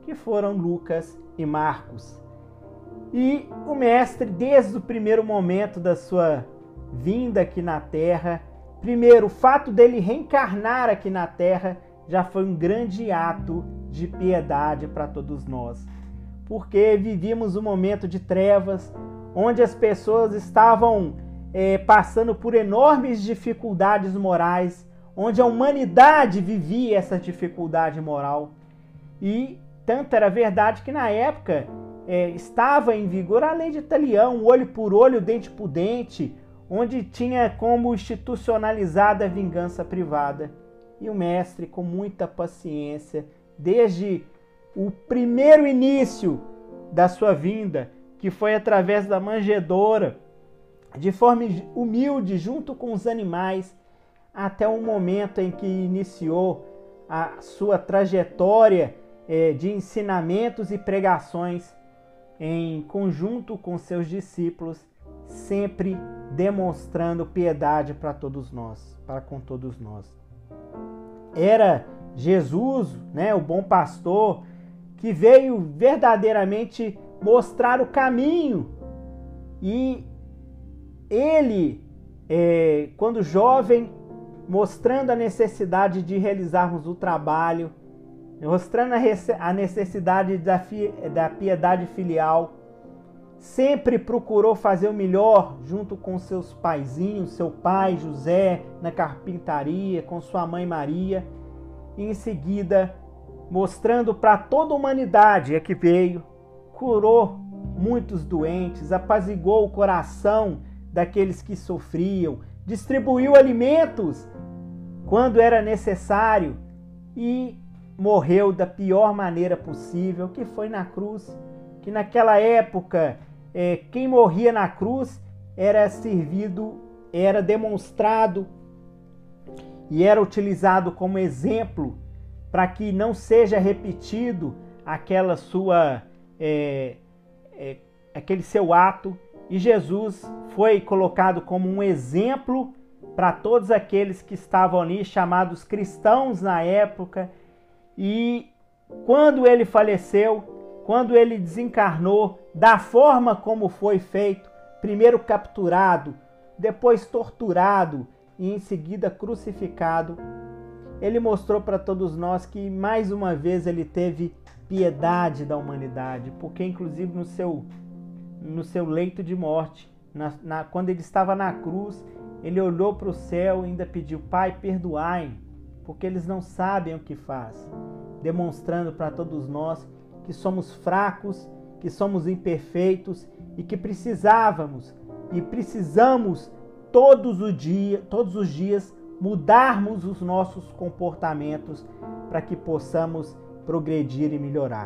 que foram Lucas e Marcos. E o Mestre, desde o primeiro momento da sua vinda aqui na Terra, primeiro, o fato dele reencarnar aqui na Terra já foi um grande ato de piedade para todos nós. Porque vivíamos um momento de trevas, onde as pessoas estavam é, passando por enormes dificuldades morais, onde a humanidade vivia essa dificuldade moral. E tanto era verdade que na época é, estava em vigor a lei de Talião, olho por olho, dente por dente, onde tinha como institucionalizada a vingança privada. E o Mestre, com muita paciência, desde o primeiro início da sua vinda, que foi através da manjedoura, de forma humilde, junto com os animais, até o momento em que iniciou a sua trajetória eh, de ensinamentos e pregações em conjunto com seus discípulos, sempre demonstrando piedade para todos nós, para com todos nós. Era Jesus, né, o bom pastor, que veio verdadeiramente mostrar o caminho. E ele, é, quando jovem, mostrando a necessidade de realizarmos o trabalho, mostrando a necessidade da, fi, da piedade filial, sempre procurou fazer o melhor junto com seus paizinhos, seu pai José na carpintaria, com sua mãe Maria, e em seguida, mostrando para toda a humanidade é que veio, curou muitos doentes, apaziguou o coração daqueles que sofriam, distribuiu alimentos quando era necessário e morreu da pior maneira possível, que foi na cruz, que naquela época é, quem morria na cruz era servido, era demonstrado e era utilizado como exemplo para que não seja repetido aquela sua, é, é, aquele seu ato. E Jesus foi colocado como um exemplo para todos aqueles que estavam ali, chamados cristãos na época. E quando ele faleceu, quando ele desencarnou, da forma como foi feito, primeiro capturado, depois torturado e em seguida crucificado, ele mostrou para todos nós que mais uma vez ele teve piedade da humanidade, porque inclusive no seu, no seu leito de morte, na, na, quando ele estava na cruz, ele olhou para o céu e ainda pediu: Pai, perdoai, porque eles não sabem o que faz, demonstrando para todos nós que somos fracos, que somos imperfeitos e que precisávamos e precisamos todos os dias, todos os dias mudarmos os nossos comportamentos para que possamos progredir e melhorar.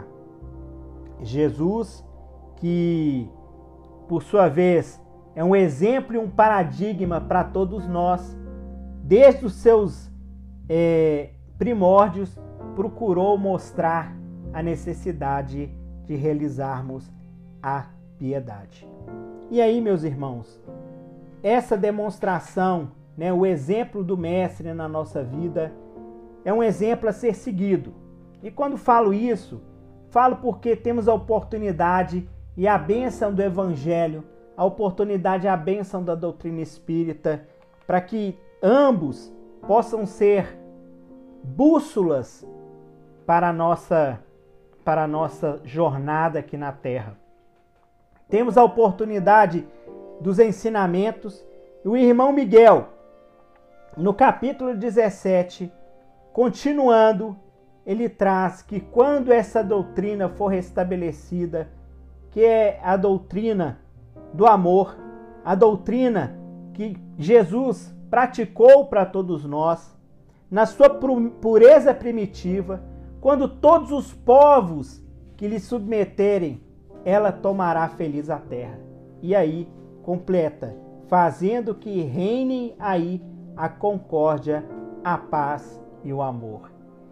Jesus, que por sua vez é um exemplo e um paradigma para todos nós, desde os seus é, primórdios, procurou mostrar a necessidade de realizarmos a piedade. E aí, meus irmãos, essa demonstração, né, o exemplo do Mestre na nossa vida, é um exemplo a ser seguido. E quando falo isso, falo porque temos a oportunidade e a bênção do Evangelho, a oportunidade e a bênção da doutrina espírita, para que ambos possam ser bússolas para a nossa, para a nossa jornada aqui na Terra. Temos a oportunidade dos ensinamentos. E o irmão Miguel, no capítulo dezessete, continuando, ele traz que quando essa doutrina for restabelecida, que é a doutrina do amor, a doutrina que Jesus praticou para todos nós, na sua pureza primitiva, quando todos os povos que lhe submeterem, ela tomará feliz a terra. E aí, completa, fazendo que reine aí a concórdia, a paz e o amor.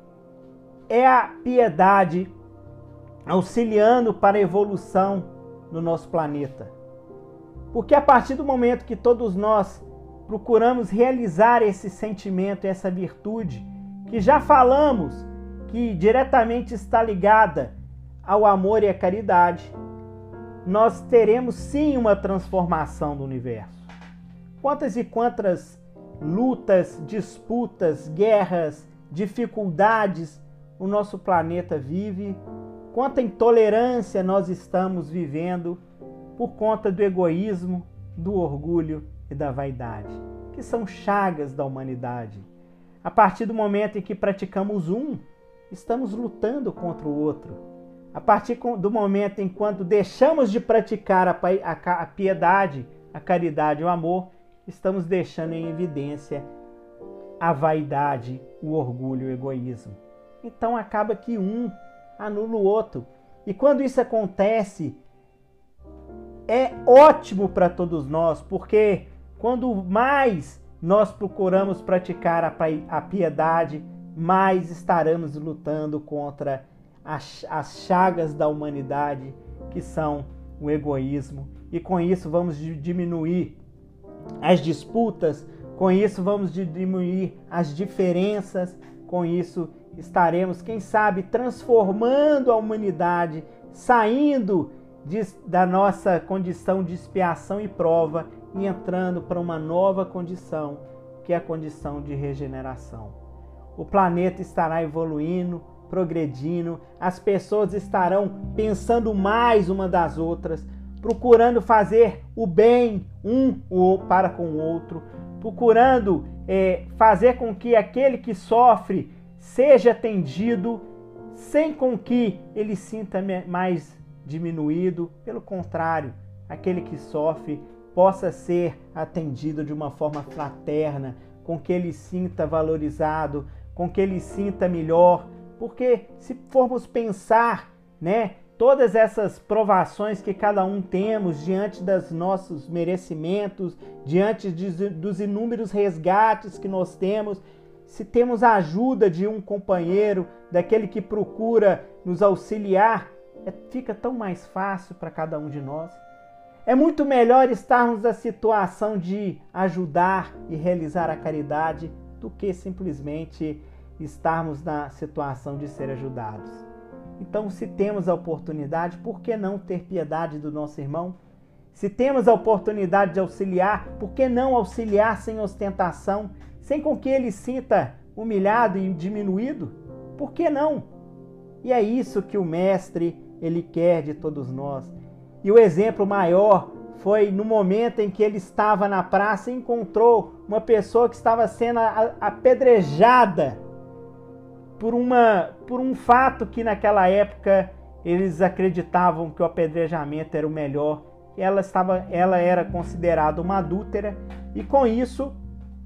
É a piedade auxiliando para a evolução no nosso planeta. Porque a partir do momento que todos nós procuramos realizar esse sentimento, essa virtude, que já falamos que diretamente está ligada ao amor e à caridade, nós teremos sim uma transformação do universo. Quantas e quantas lutas, disputas, guerras, dificuldades o nosso planeta vive, quanta intolerância nós estamos vivendo por conta do egoísmo, do orgulho e da vaidade, que são chagas da humanidade. A partir do momento em que praticamos um, estamos lutando contra o outro. A partir do momento em que deixamos de praticar a piedade, a caridade e o amor, estamos deixando em evidência a vaidade, o orgulho e o egoísmo. Então acaba que um anula o outro. E quando isso acontece, é ótimo para todos nós, porque quando mais nós procuramos praticar a piedade, mais estaremos lutando contra as, as chagas da humanidade, que são o egoísmo. E com isso vamos diminuir as disputas, com isso vamos diminuir as diferenças, com isso estaremos, quem sabe, transformando a humanidade, saindo de, da nossa condição de expiação e prova e entrando para uma nova condição, que é a condição de regeneração. O planeta estará evoluindo, progredindo, as pessoas estarão pensando mais uma das outras, procurando fazer o bem um para com o outro, procurando é, fazer com que aquele que sofre seja atendido, sem com que ele sinta mais diminuído. Pelo contrário, aquele que sofre possa ser atendido de uma forma fraterna, com que ele sinta valorizado, com que ele sinta melhor. Porque se formos pensar, né, todas essas provações que cada um temos diante dos nossos merecimentos, diante de, dos inúmeros resgates que nós temos, se temos a ajuda de um companheiro, daquele que procura nos auxiliar, é, fica tão mais fácil para cada um de nós. É muito melhor estarmos na situação de ajudar e realizar a caridade do que simplesmente estarmos na situação de ser ajudados. Então, se temos a oportunidade, por que não ter piedade do nosso irmão? Se temos a oportunidade de auxiliar, por que não auxiliar sem ostentação, sem com que ele sinta humilhado e diminuído? Por que não? E é isso que o Mestre, ele quer de todos nós. E o exemplo maior foi no momento em que ele estava na praça e encontrou uma pessoa que estava sendo apedrejada por, uma, por um fato que naquela época eles acreditavam que o apedrejamento era o melhor. Ela, estava, ela era considerada uma adúltera e com isso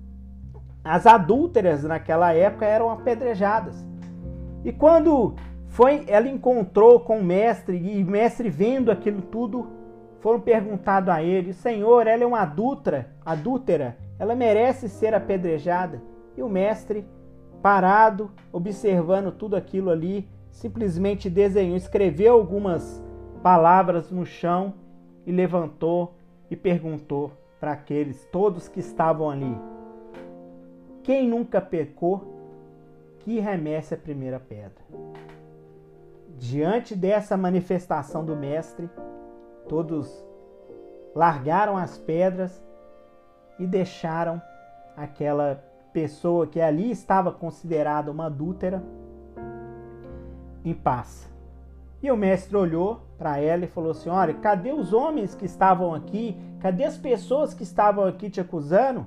as adúlteras naquela época eram apedrejadas. E quando foi, ela encontrou com o mestre, e o mestre vendo aquilo tudo, foram perguntado a ele: Senhor, ela é uma adúltera, adúltera, ela merece ser apedrejada? E o mestre, parado, observando tudo aquilo ali, simplesmente desenhou, escreveu algumas palavras no chão e levantou e perguntou para aqueles, todos que estavam ali: quem nunca pecou, que remesse a primeira pedra? Diante dessa manifestação do mestre, todos largaram as pedras e deixaram aquela pessoa que ali estava considerada uma adúltera em paz. E o mestre olhou para ela e falou assim: olha, cadê os homens que estavam aqui? Cadê as pessoas que estavam aqui te acusando?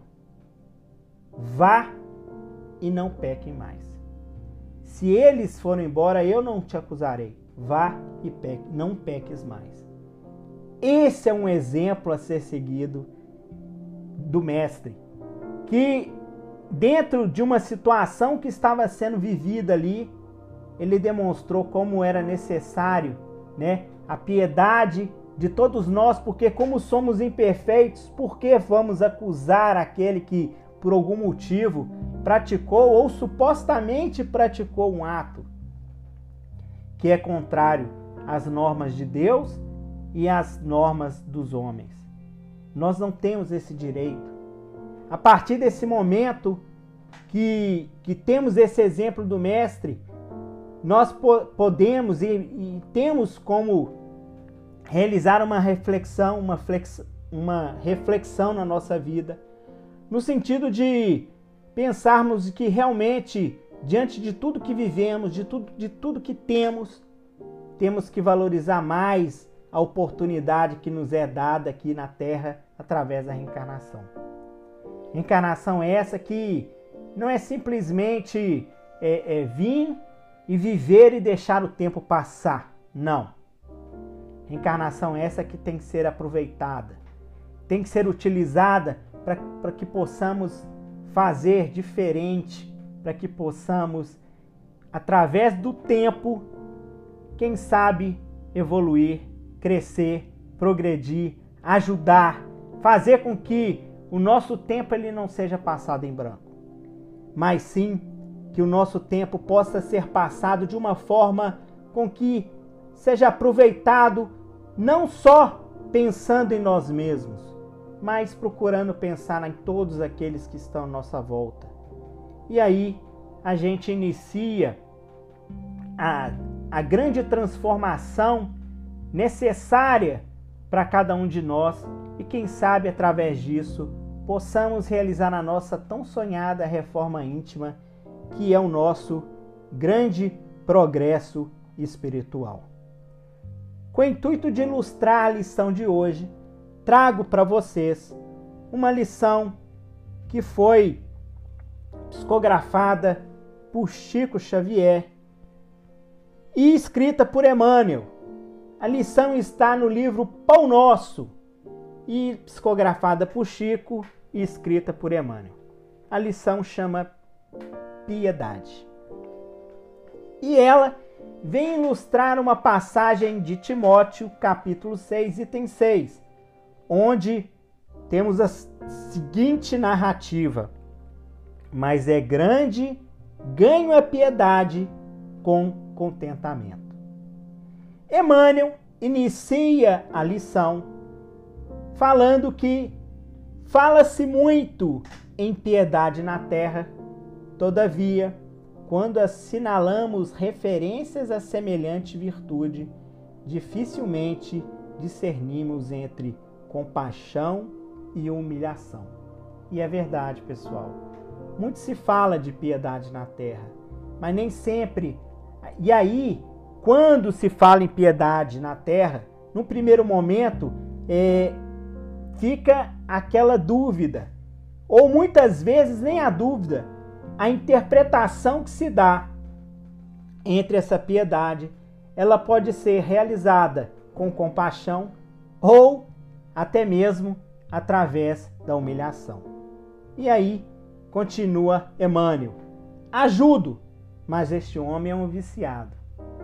Vá e não pequem mais. Se eles forem embora, eu não te acusarei. Vá e peque, não peques mais. Esse é um exemplo a ser seguido do mestre, que dentro de uma situação que estava sendo vivida ali, ele demonstrou como era necessário, né, a piedade de todos nós, porque como somos imperfeitos, por que vamos acusar aquele que por algum motivo praticou ou supostamente praticou um ato que é contrário às normas de Deus e às normas dos homens? Nós não temos esse direito. A partir desse momento que, que temos esse exemplo do mestre, nós po- podemos e, e temos como realizar uma reflexão, uma, flex, uma reflexão na nossa vida, no sentido de pensarmos que realmente, diante de tudo que vivemos, de tudo, de tudo que temos, temos que valorizar mais a oportunidade que nos é dada aqui na Terra através da reencarnação. Reencarnação é essa que não é simplesmente é, é, vir e viver e deixar o tempo passar. Não. Reencarnação é essa que tem que ser aproveitada, tem que ser utilizada para que possamos fazer diferente, para que possamos, através do tempo, quem sabe, evoluir, crescer, progredir, ajudar, fazer com que o nosso tempo ele não seja passado em branco, mas sim que o nosso tempo possa ser passado de uma forma com que seja aproveitado não só pensando em nós mesmos, mas procurando pensar em todos aqueles que estão à nossa volta. E aí a gente inicia a, a grande transformação necessária para cada um de nós e quem sabe através disso possamos realizar a nossa tão sonhada reforma íntima, que é o nosso grande progresso espiritual. Com o intuito de ilustrar a lição de hoje, trago para vocês uma lição que foi psicografada por Chico Xavier e escrita por Emmanuel. A lição está no livro Pão Nosso e psicografada por Chico e escrita por Emmanuel. A lição chama Piedade. E ela vem ilustrar uma passagem de Timóteo, capítulo seis, item seis, onde temos a seguinte narrativa: mas é grande ganho a piedade com contentamento. Emmanuel inicia a lição falando que fala-se muito em piedade na terra, todavia, quando assinalamos referências a semelhante virtude, dificilmente discernimos entre compaixão e humilhação. E é verdade, pessoal. Muito se fala de piedade na terra, mas nem sempre. E aí, quando se fala em piedade na terra, no primeiro momento, é, fica aquela dúvida, ou muitas vezes nem a dúvida, a interpretação que se dá entre essa piedade, ela pode ser realizada com compaixão ou até mesmo através da humilhação. E aí, continua Emmanuel: ajudo, mas este homem é um viciado.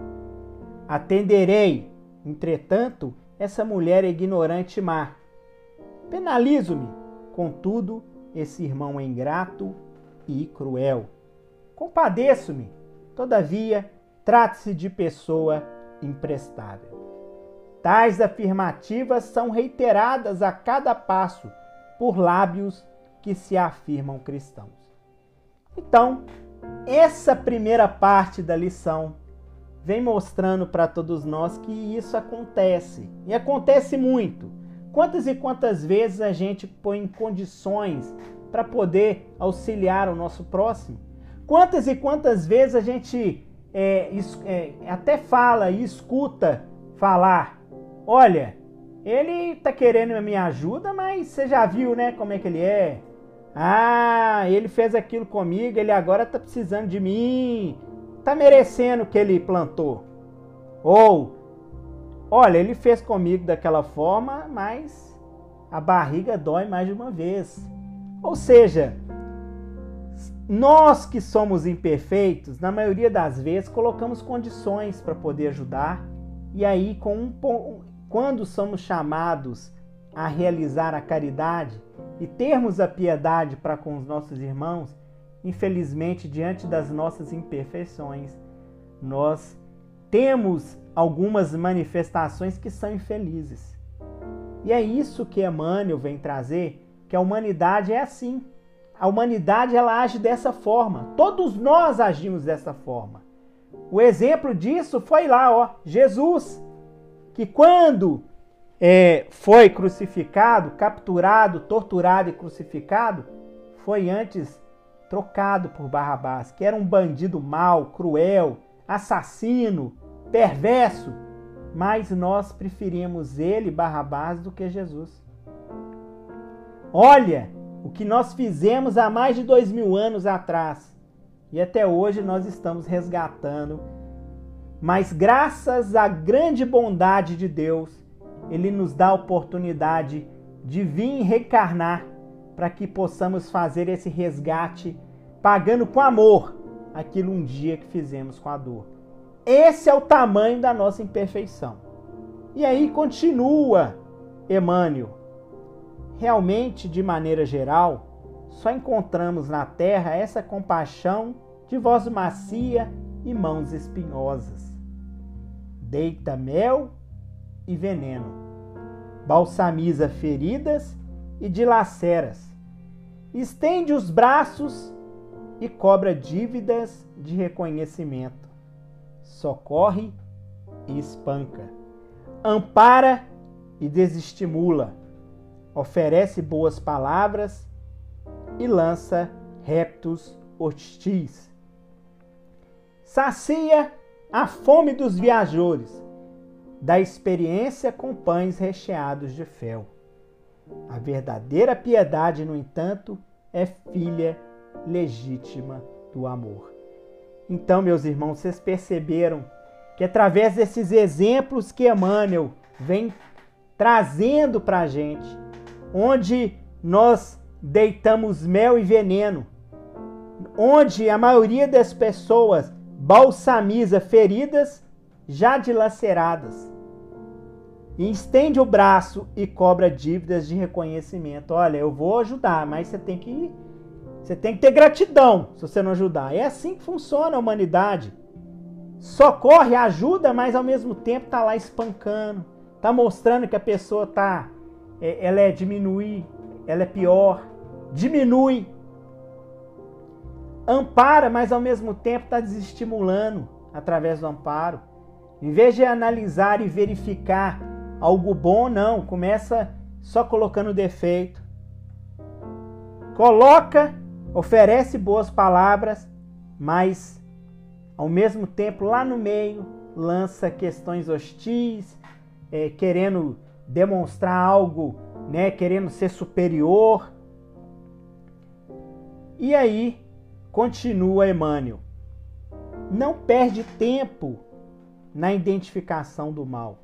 Atenderei, entretanto, essa mulher ignorante e má. Penalizo-me, contudo, esse irmão é ingrato e cruel. Compadeço-me, todavia, trate-se de pessoa imprestável. Tais afirmativas são reiteradas a cada passo por lábios que se afirmam cristãos. Então, essa primeira parte da lição vem mostrando para todos nós que isso acontece, e acontece muito. Quantas e quantas vezes a gente põe em condições para poder auxiliar o nosso próximo? Quantas e quantas vezes a gente é, é, até fala e escuta falar: olha, ele está querendo a minha ajuda, mas você já viu, né, como é que ele é? Ah, ele fez aquilo comigo, ele agora está precisando de mim, está merecendo o que ele plantou. Ou, olha, ele fez comigo daquela forma, mas a barriga dói mais de uma vez. Ou seja, nós que somos imperfeitos, na maioria das vezes, colocamos condições para poder ajudar. E aí, com um, quando somos chamados a realizar a caridade e termos a piedade para com os nossos irmãos, infelizmente, diante das nossas imperfeições, nós temos algumas manifestações que são infelizes. E é isso que Emmanuel vem trazer, que a humanidade é assim. A humanidade ela age dessa forma. Todos nós agimos dessa forma. O exemplo disso foi lá, ó, Jesus, que quando é, foi crucificado, capturado, torturado e crucificado, foi antes trocado por Barrabás, que era um bandido mau, cruel, assassino, perverso, mas nós preferimos ele, Barrabás, do que Jesus. Olha o que nós fizemos há mais de dois mil anos atrás e até hoje nós estamos resgatando, mas graças à grande bondade de Deus, Ele nos dá a oportunidade de vir reencarnar para que possamos fazer esse resgate, pagando com amor aquilo um dia que fizemos com a dor. Esse é o tamanho da nossa imperfeição. E aí continua Emmanuel. Realmente, de maneira geral, só encontramos na terra essa compaixão de voz macia e mãos espinhosas. Deita mel e veneno, balsamiza feridas e dilaceras, estende os braços e cobra dívidas de reconhecimento, socorre e espanca, ampara e desestimula, oferece boas palavras e lança reptos hostis. Sacia a fome dos viajores, da experiência com pães recheados de fel. A verdadeira piedade, no entanto, é filha legítima do amor. Então, meus irmãos, vocês perceberam que através desses exemplos que Emmanuel vem trazendo para a gente, onde nós deitamos mel e veneno, onde a maioria das pessoas balsamiza feridas já dilaceradas, e estende o braço e cobra dívidas de reconhecimento. Olha, eu vou ajudar, mas você tem que, você tem que ter gratidão se você não ajudar. É assim que funciona a humanidade. Socorre, ajuda, mas ao mesmo tempo está lá espancando, está mostrando que a pessoa está, ela é diminuir, ela é pior, diminui. Ampara, mas ao mesmo tempo está desestimulando através do amparo. Em vez de analisar e verificar algo bom, não, começa só colocando defeito. Coloca, oferece boas palavras, mas ao mesmo tempo lá no meio lança questões hostis, é, querendo demonstrar algo, né, querendo ser superior. E aí continua Emmanuel. Não perde tempo na identificação do mal.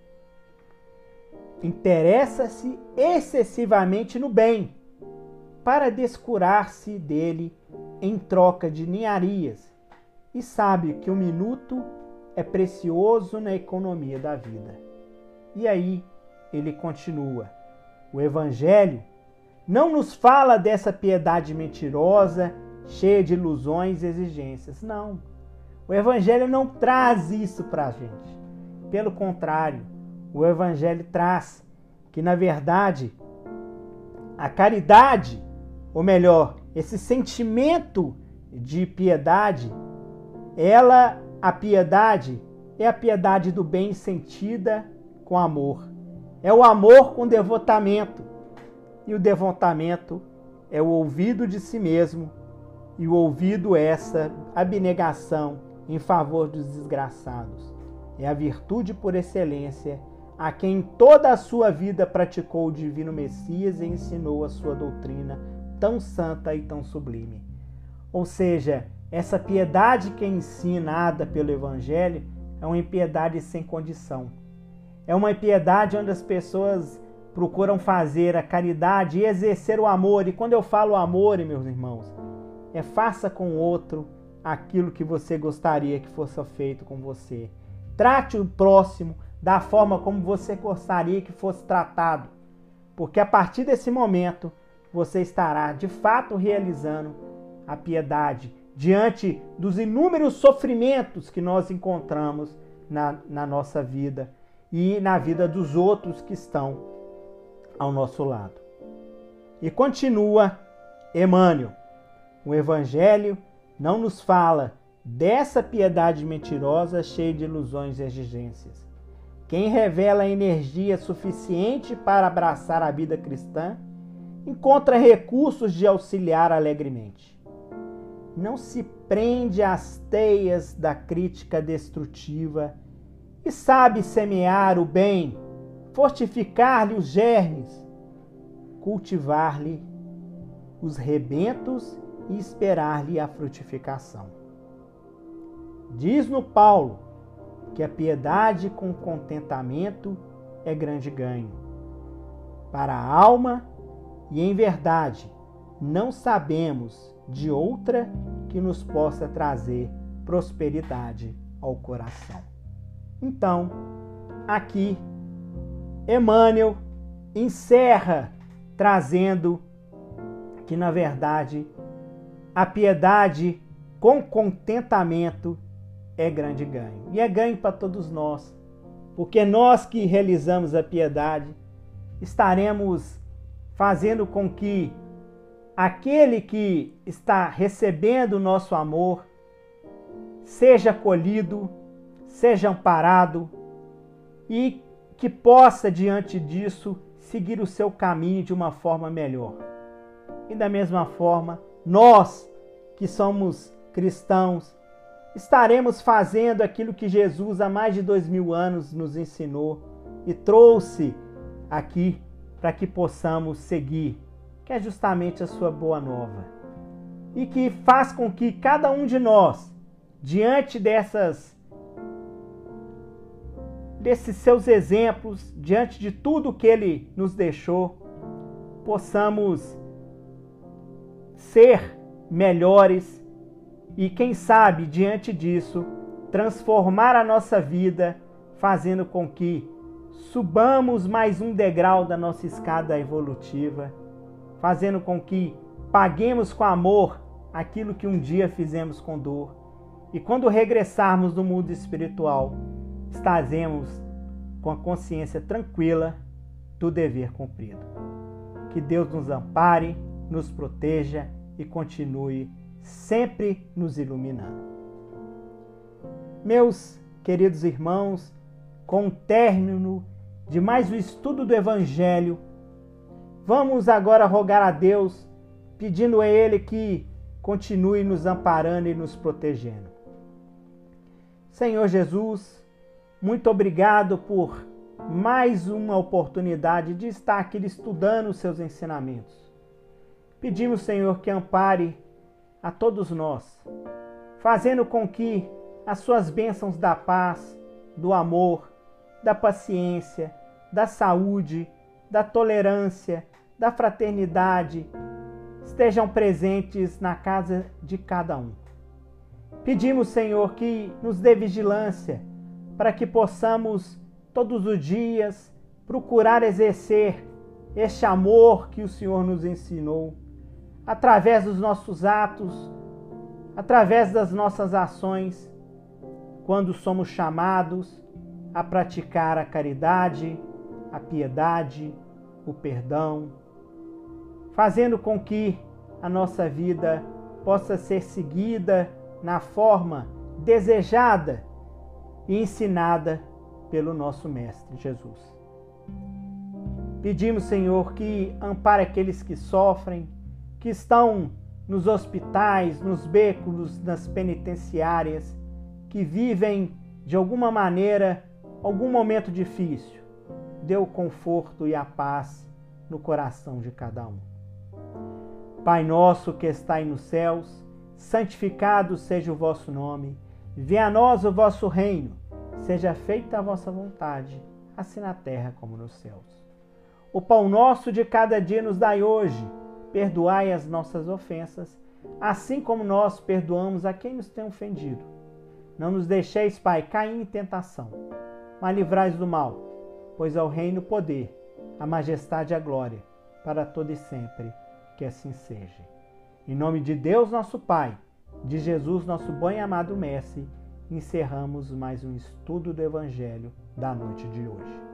Interessa-se excessivamente no bem, para descurar-se dele em troca de ninharias, e sabe que um minuto é precioso na economia da vida. E aí ele continua. O Evangelho não nos fala dessa piedade mentirosa, cheia de ilusões e exigências. Não. O Evangelho não traz isso para a gente. Pelo contrário, o Evangelho traz que, na verdade, a caridade, ou melhor, esse sentimento de piedade, ela, a piedade, é a piedade do bem sentida com amor. É o amor com devotamento. E o devotamento é o ouvido de si mesmo, e o ouvido é essa abnegação em favor dos desgraçados. É a virtude por excelência, a quem toda a sua vida praticou o divino Messias e ensinou a sua doutrina tão santa e tão sublime. Ou seja, essa piedade que é ensinada pelo Evangelho é uma piedade sem condição. É uma piedade onde as pessoas procuram fazer a caridade e exercer o amor. E quando eu falo amor, meus irmãos, é faça com o outro aquilo que você gostaria que fosse feito com você. Trate o próximo da forma como você gostaria que fosse tratado. Porque a partir desse momento, você estará de fato realizando a piedade diante dos inúmeros sofrimentos que nós encontramos na, na nossa vida e na vida dos outros que estão ao nosso lado. E continua Emmanuel. O Evangelho não nos fala dessa piedade mentirosa cheia de ilusões e exigências. Quem revela energia suficiente para abraçar a vida cristã, encontra recursos de auxiliar alegremente. Não se prende às teias da crítica destrutiva e sabe semear o bem, fortificar-lhe os germes, cultivar-lhe os rebentos e esperar-lhe a frutificação. Diz-no Paulo que a piedade com contentamento é grande ganho para a alma, e em verdade não sabemos de outra que nos possa trazer prosperidade ao coração. Então, aqui, Emmanuel encerra trazendo que, na verdade, a piedade com contentamento é grande ganho. E é ganho para todos nós, porque nós que realizamos a piedade estaremos fazendo com que aquele que está recebendo o nosso amor seja acolhido, seja amparado e que possa, diante disso, seguir o seu caminho de uma forma melhor. E da mesma forma, nós que somos cristãos, estaremos fazendo aquilo que Jesus há mais de dois mil anos nos ensinou e trouxe aqui para que possamos seguir, que é justamente a sua boa nova. E que faz com que cada um de nós, diante dessas, desses seus exemplos, diante de tudo que ele nos deixou, possamos ser melhores e, quem sabe, diante disso, transformar a nossa vida, fazendo com que subamos mais um degrau da nossa escada evolutiva, fazendo com que paguemos com amor aquilo que um dia fizemos com dor. E quando regressarmos do mundo espiritual, estaremos com a consciência tranquila do dever cumprido. Que Deus nos ampare, nos proteja e continue sempre nos iluminando. Meus queridos irmãos, com o término de mais um estudo do Evangelho, vamos agora rogar a Deus, pedindo a Ele que continue nos amparando e nos protegendo. Senhor Jesus, muito obrigado por mais uma oportunidade de estar aqui estudando os seus ensinamentos. Pedimos, Senhor, que ampare a todos nós, fazendo com que as suas bênçãos da paz, do amor, da paciência, da saúde, da tolerância, da fraternidade estejam presentes na casa de cada um. Pedimos, Senhor, que nos dê vigilância para que possamos todos os dias procurar exercer este amor que o Senhor nos ensinou, através dos nossos atos, através das nossas ações, quando somos chamados a praticar a caridade, a piedade, o perdão, fazendo com que a nossa vida possa ser seguida na forma desejada e ensinada pelo nosso Mestre Jesus. Pedimos, Senhor, que ampare aqueles que sofrem, que estão nos hospitais, nos becos, nas penitenciárias, que vivem de alguma maneira algum momento difícil. Dê o conforto e a paz no coração de cada um. Pai nosso que estais nos céus, santificado seja o vosso nome. Venha a nós o vosso reino. Seja feita a vossa vontade, assim na terra como nos céus. O pão nosso de cada dia nos dai hoje. Perdoai as nossas ofensas, assim como nós perdoamos a quem nos tem ofendido. Não nos deixeis, Pai, cair em tentação, mas livrai-nos do mal, pois é o reino, o poder, a majestade e a glória, para todo e sempre, que assim seja. Em nome de Deus, nosso Pai, de Jesus, nosso bom e amado Mestre, encerramos mais um estudo do Evangelho da noite de hoje.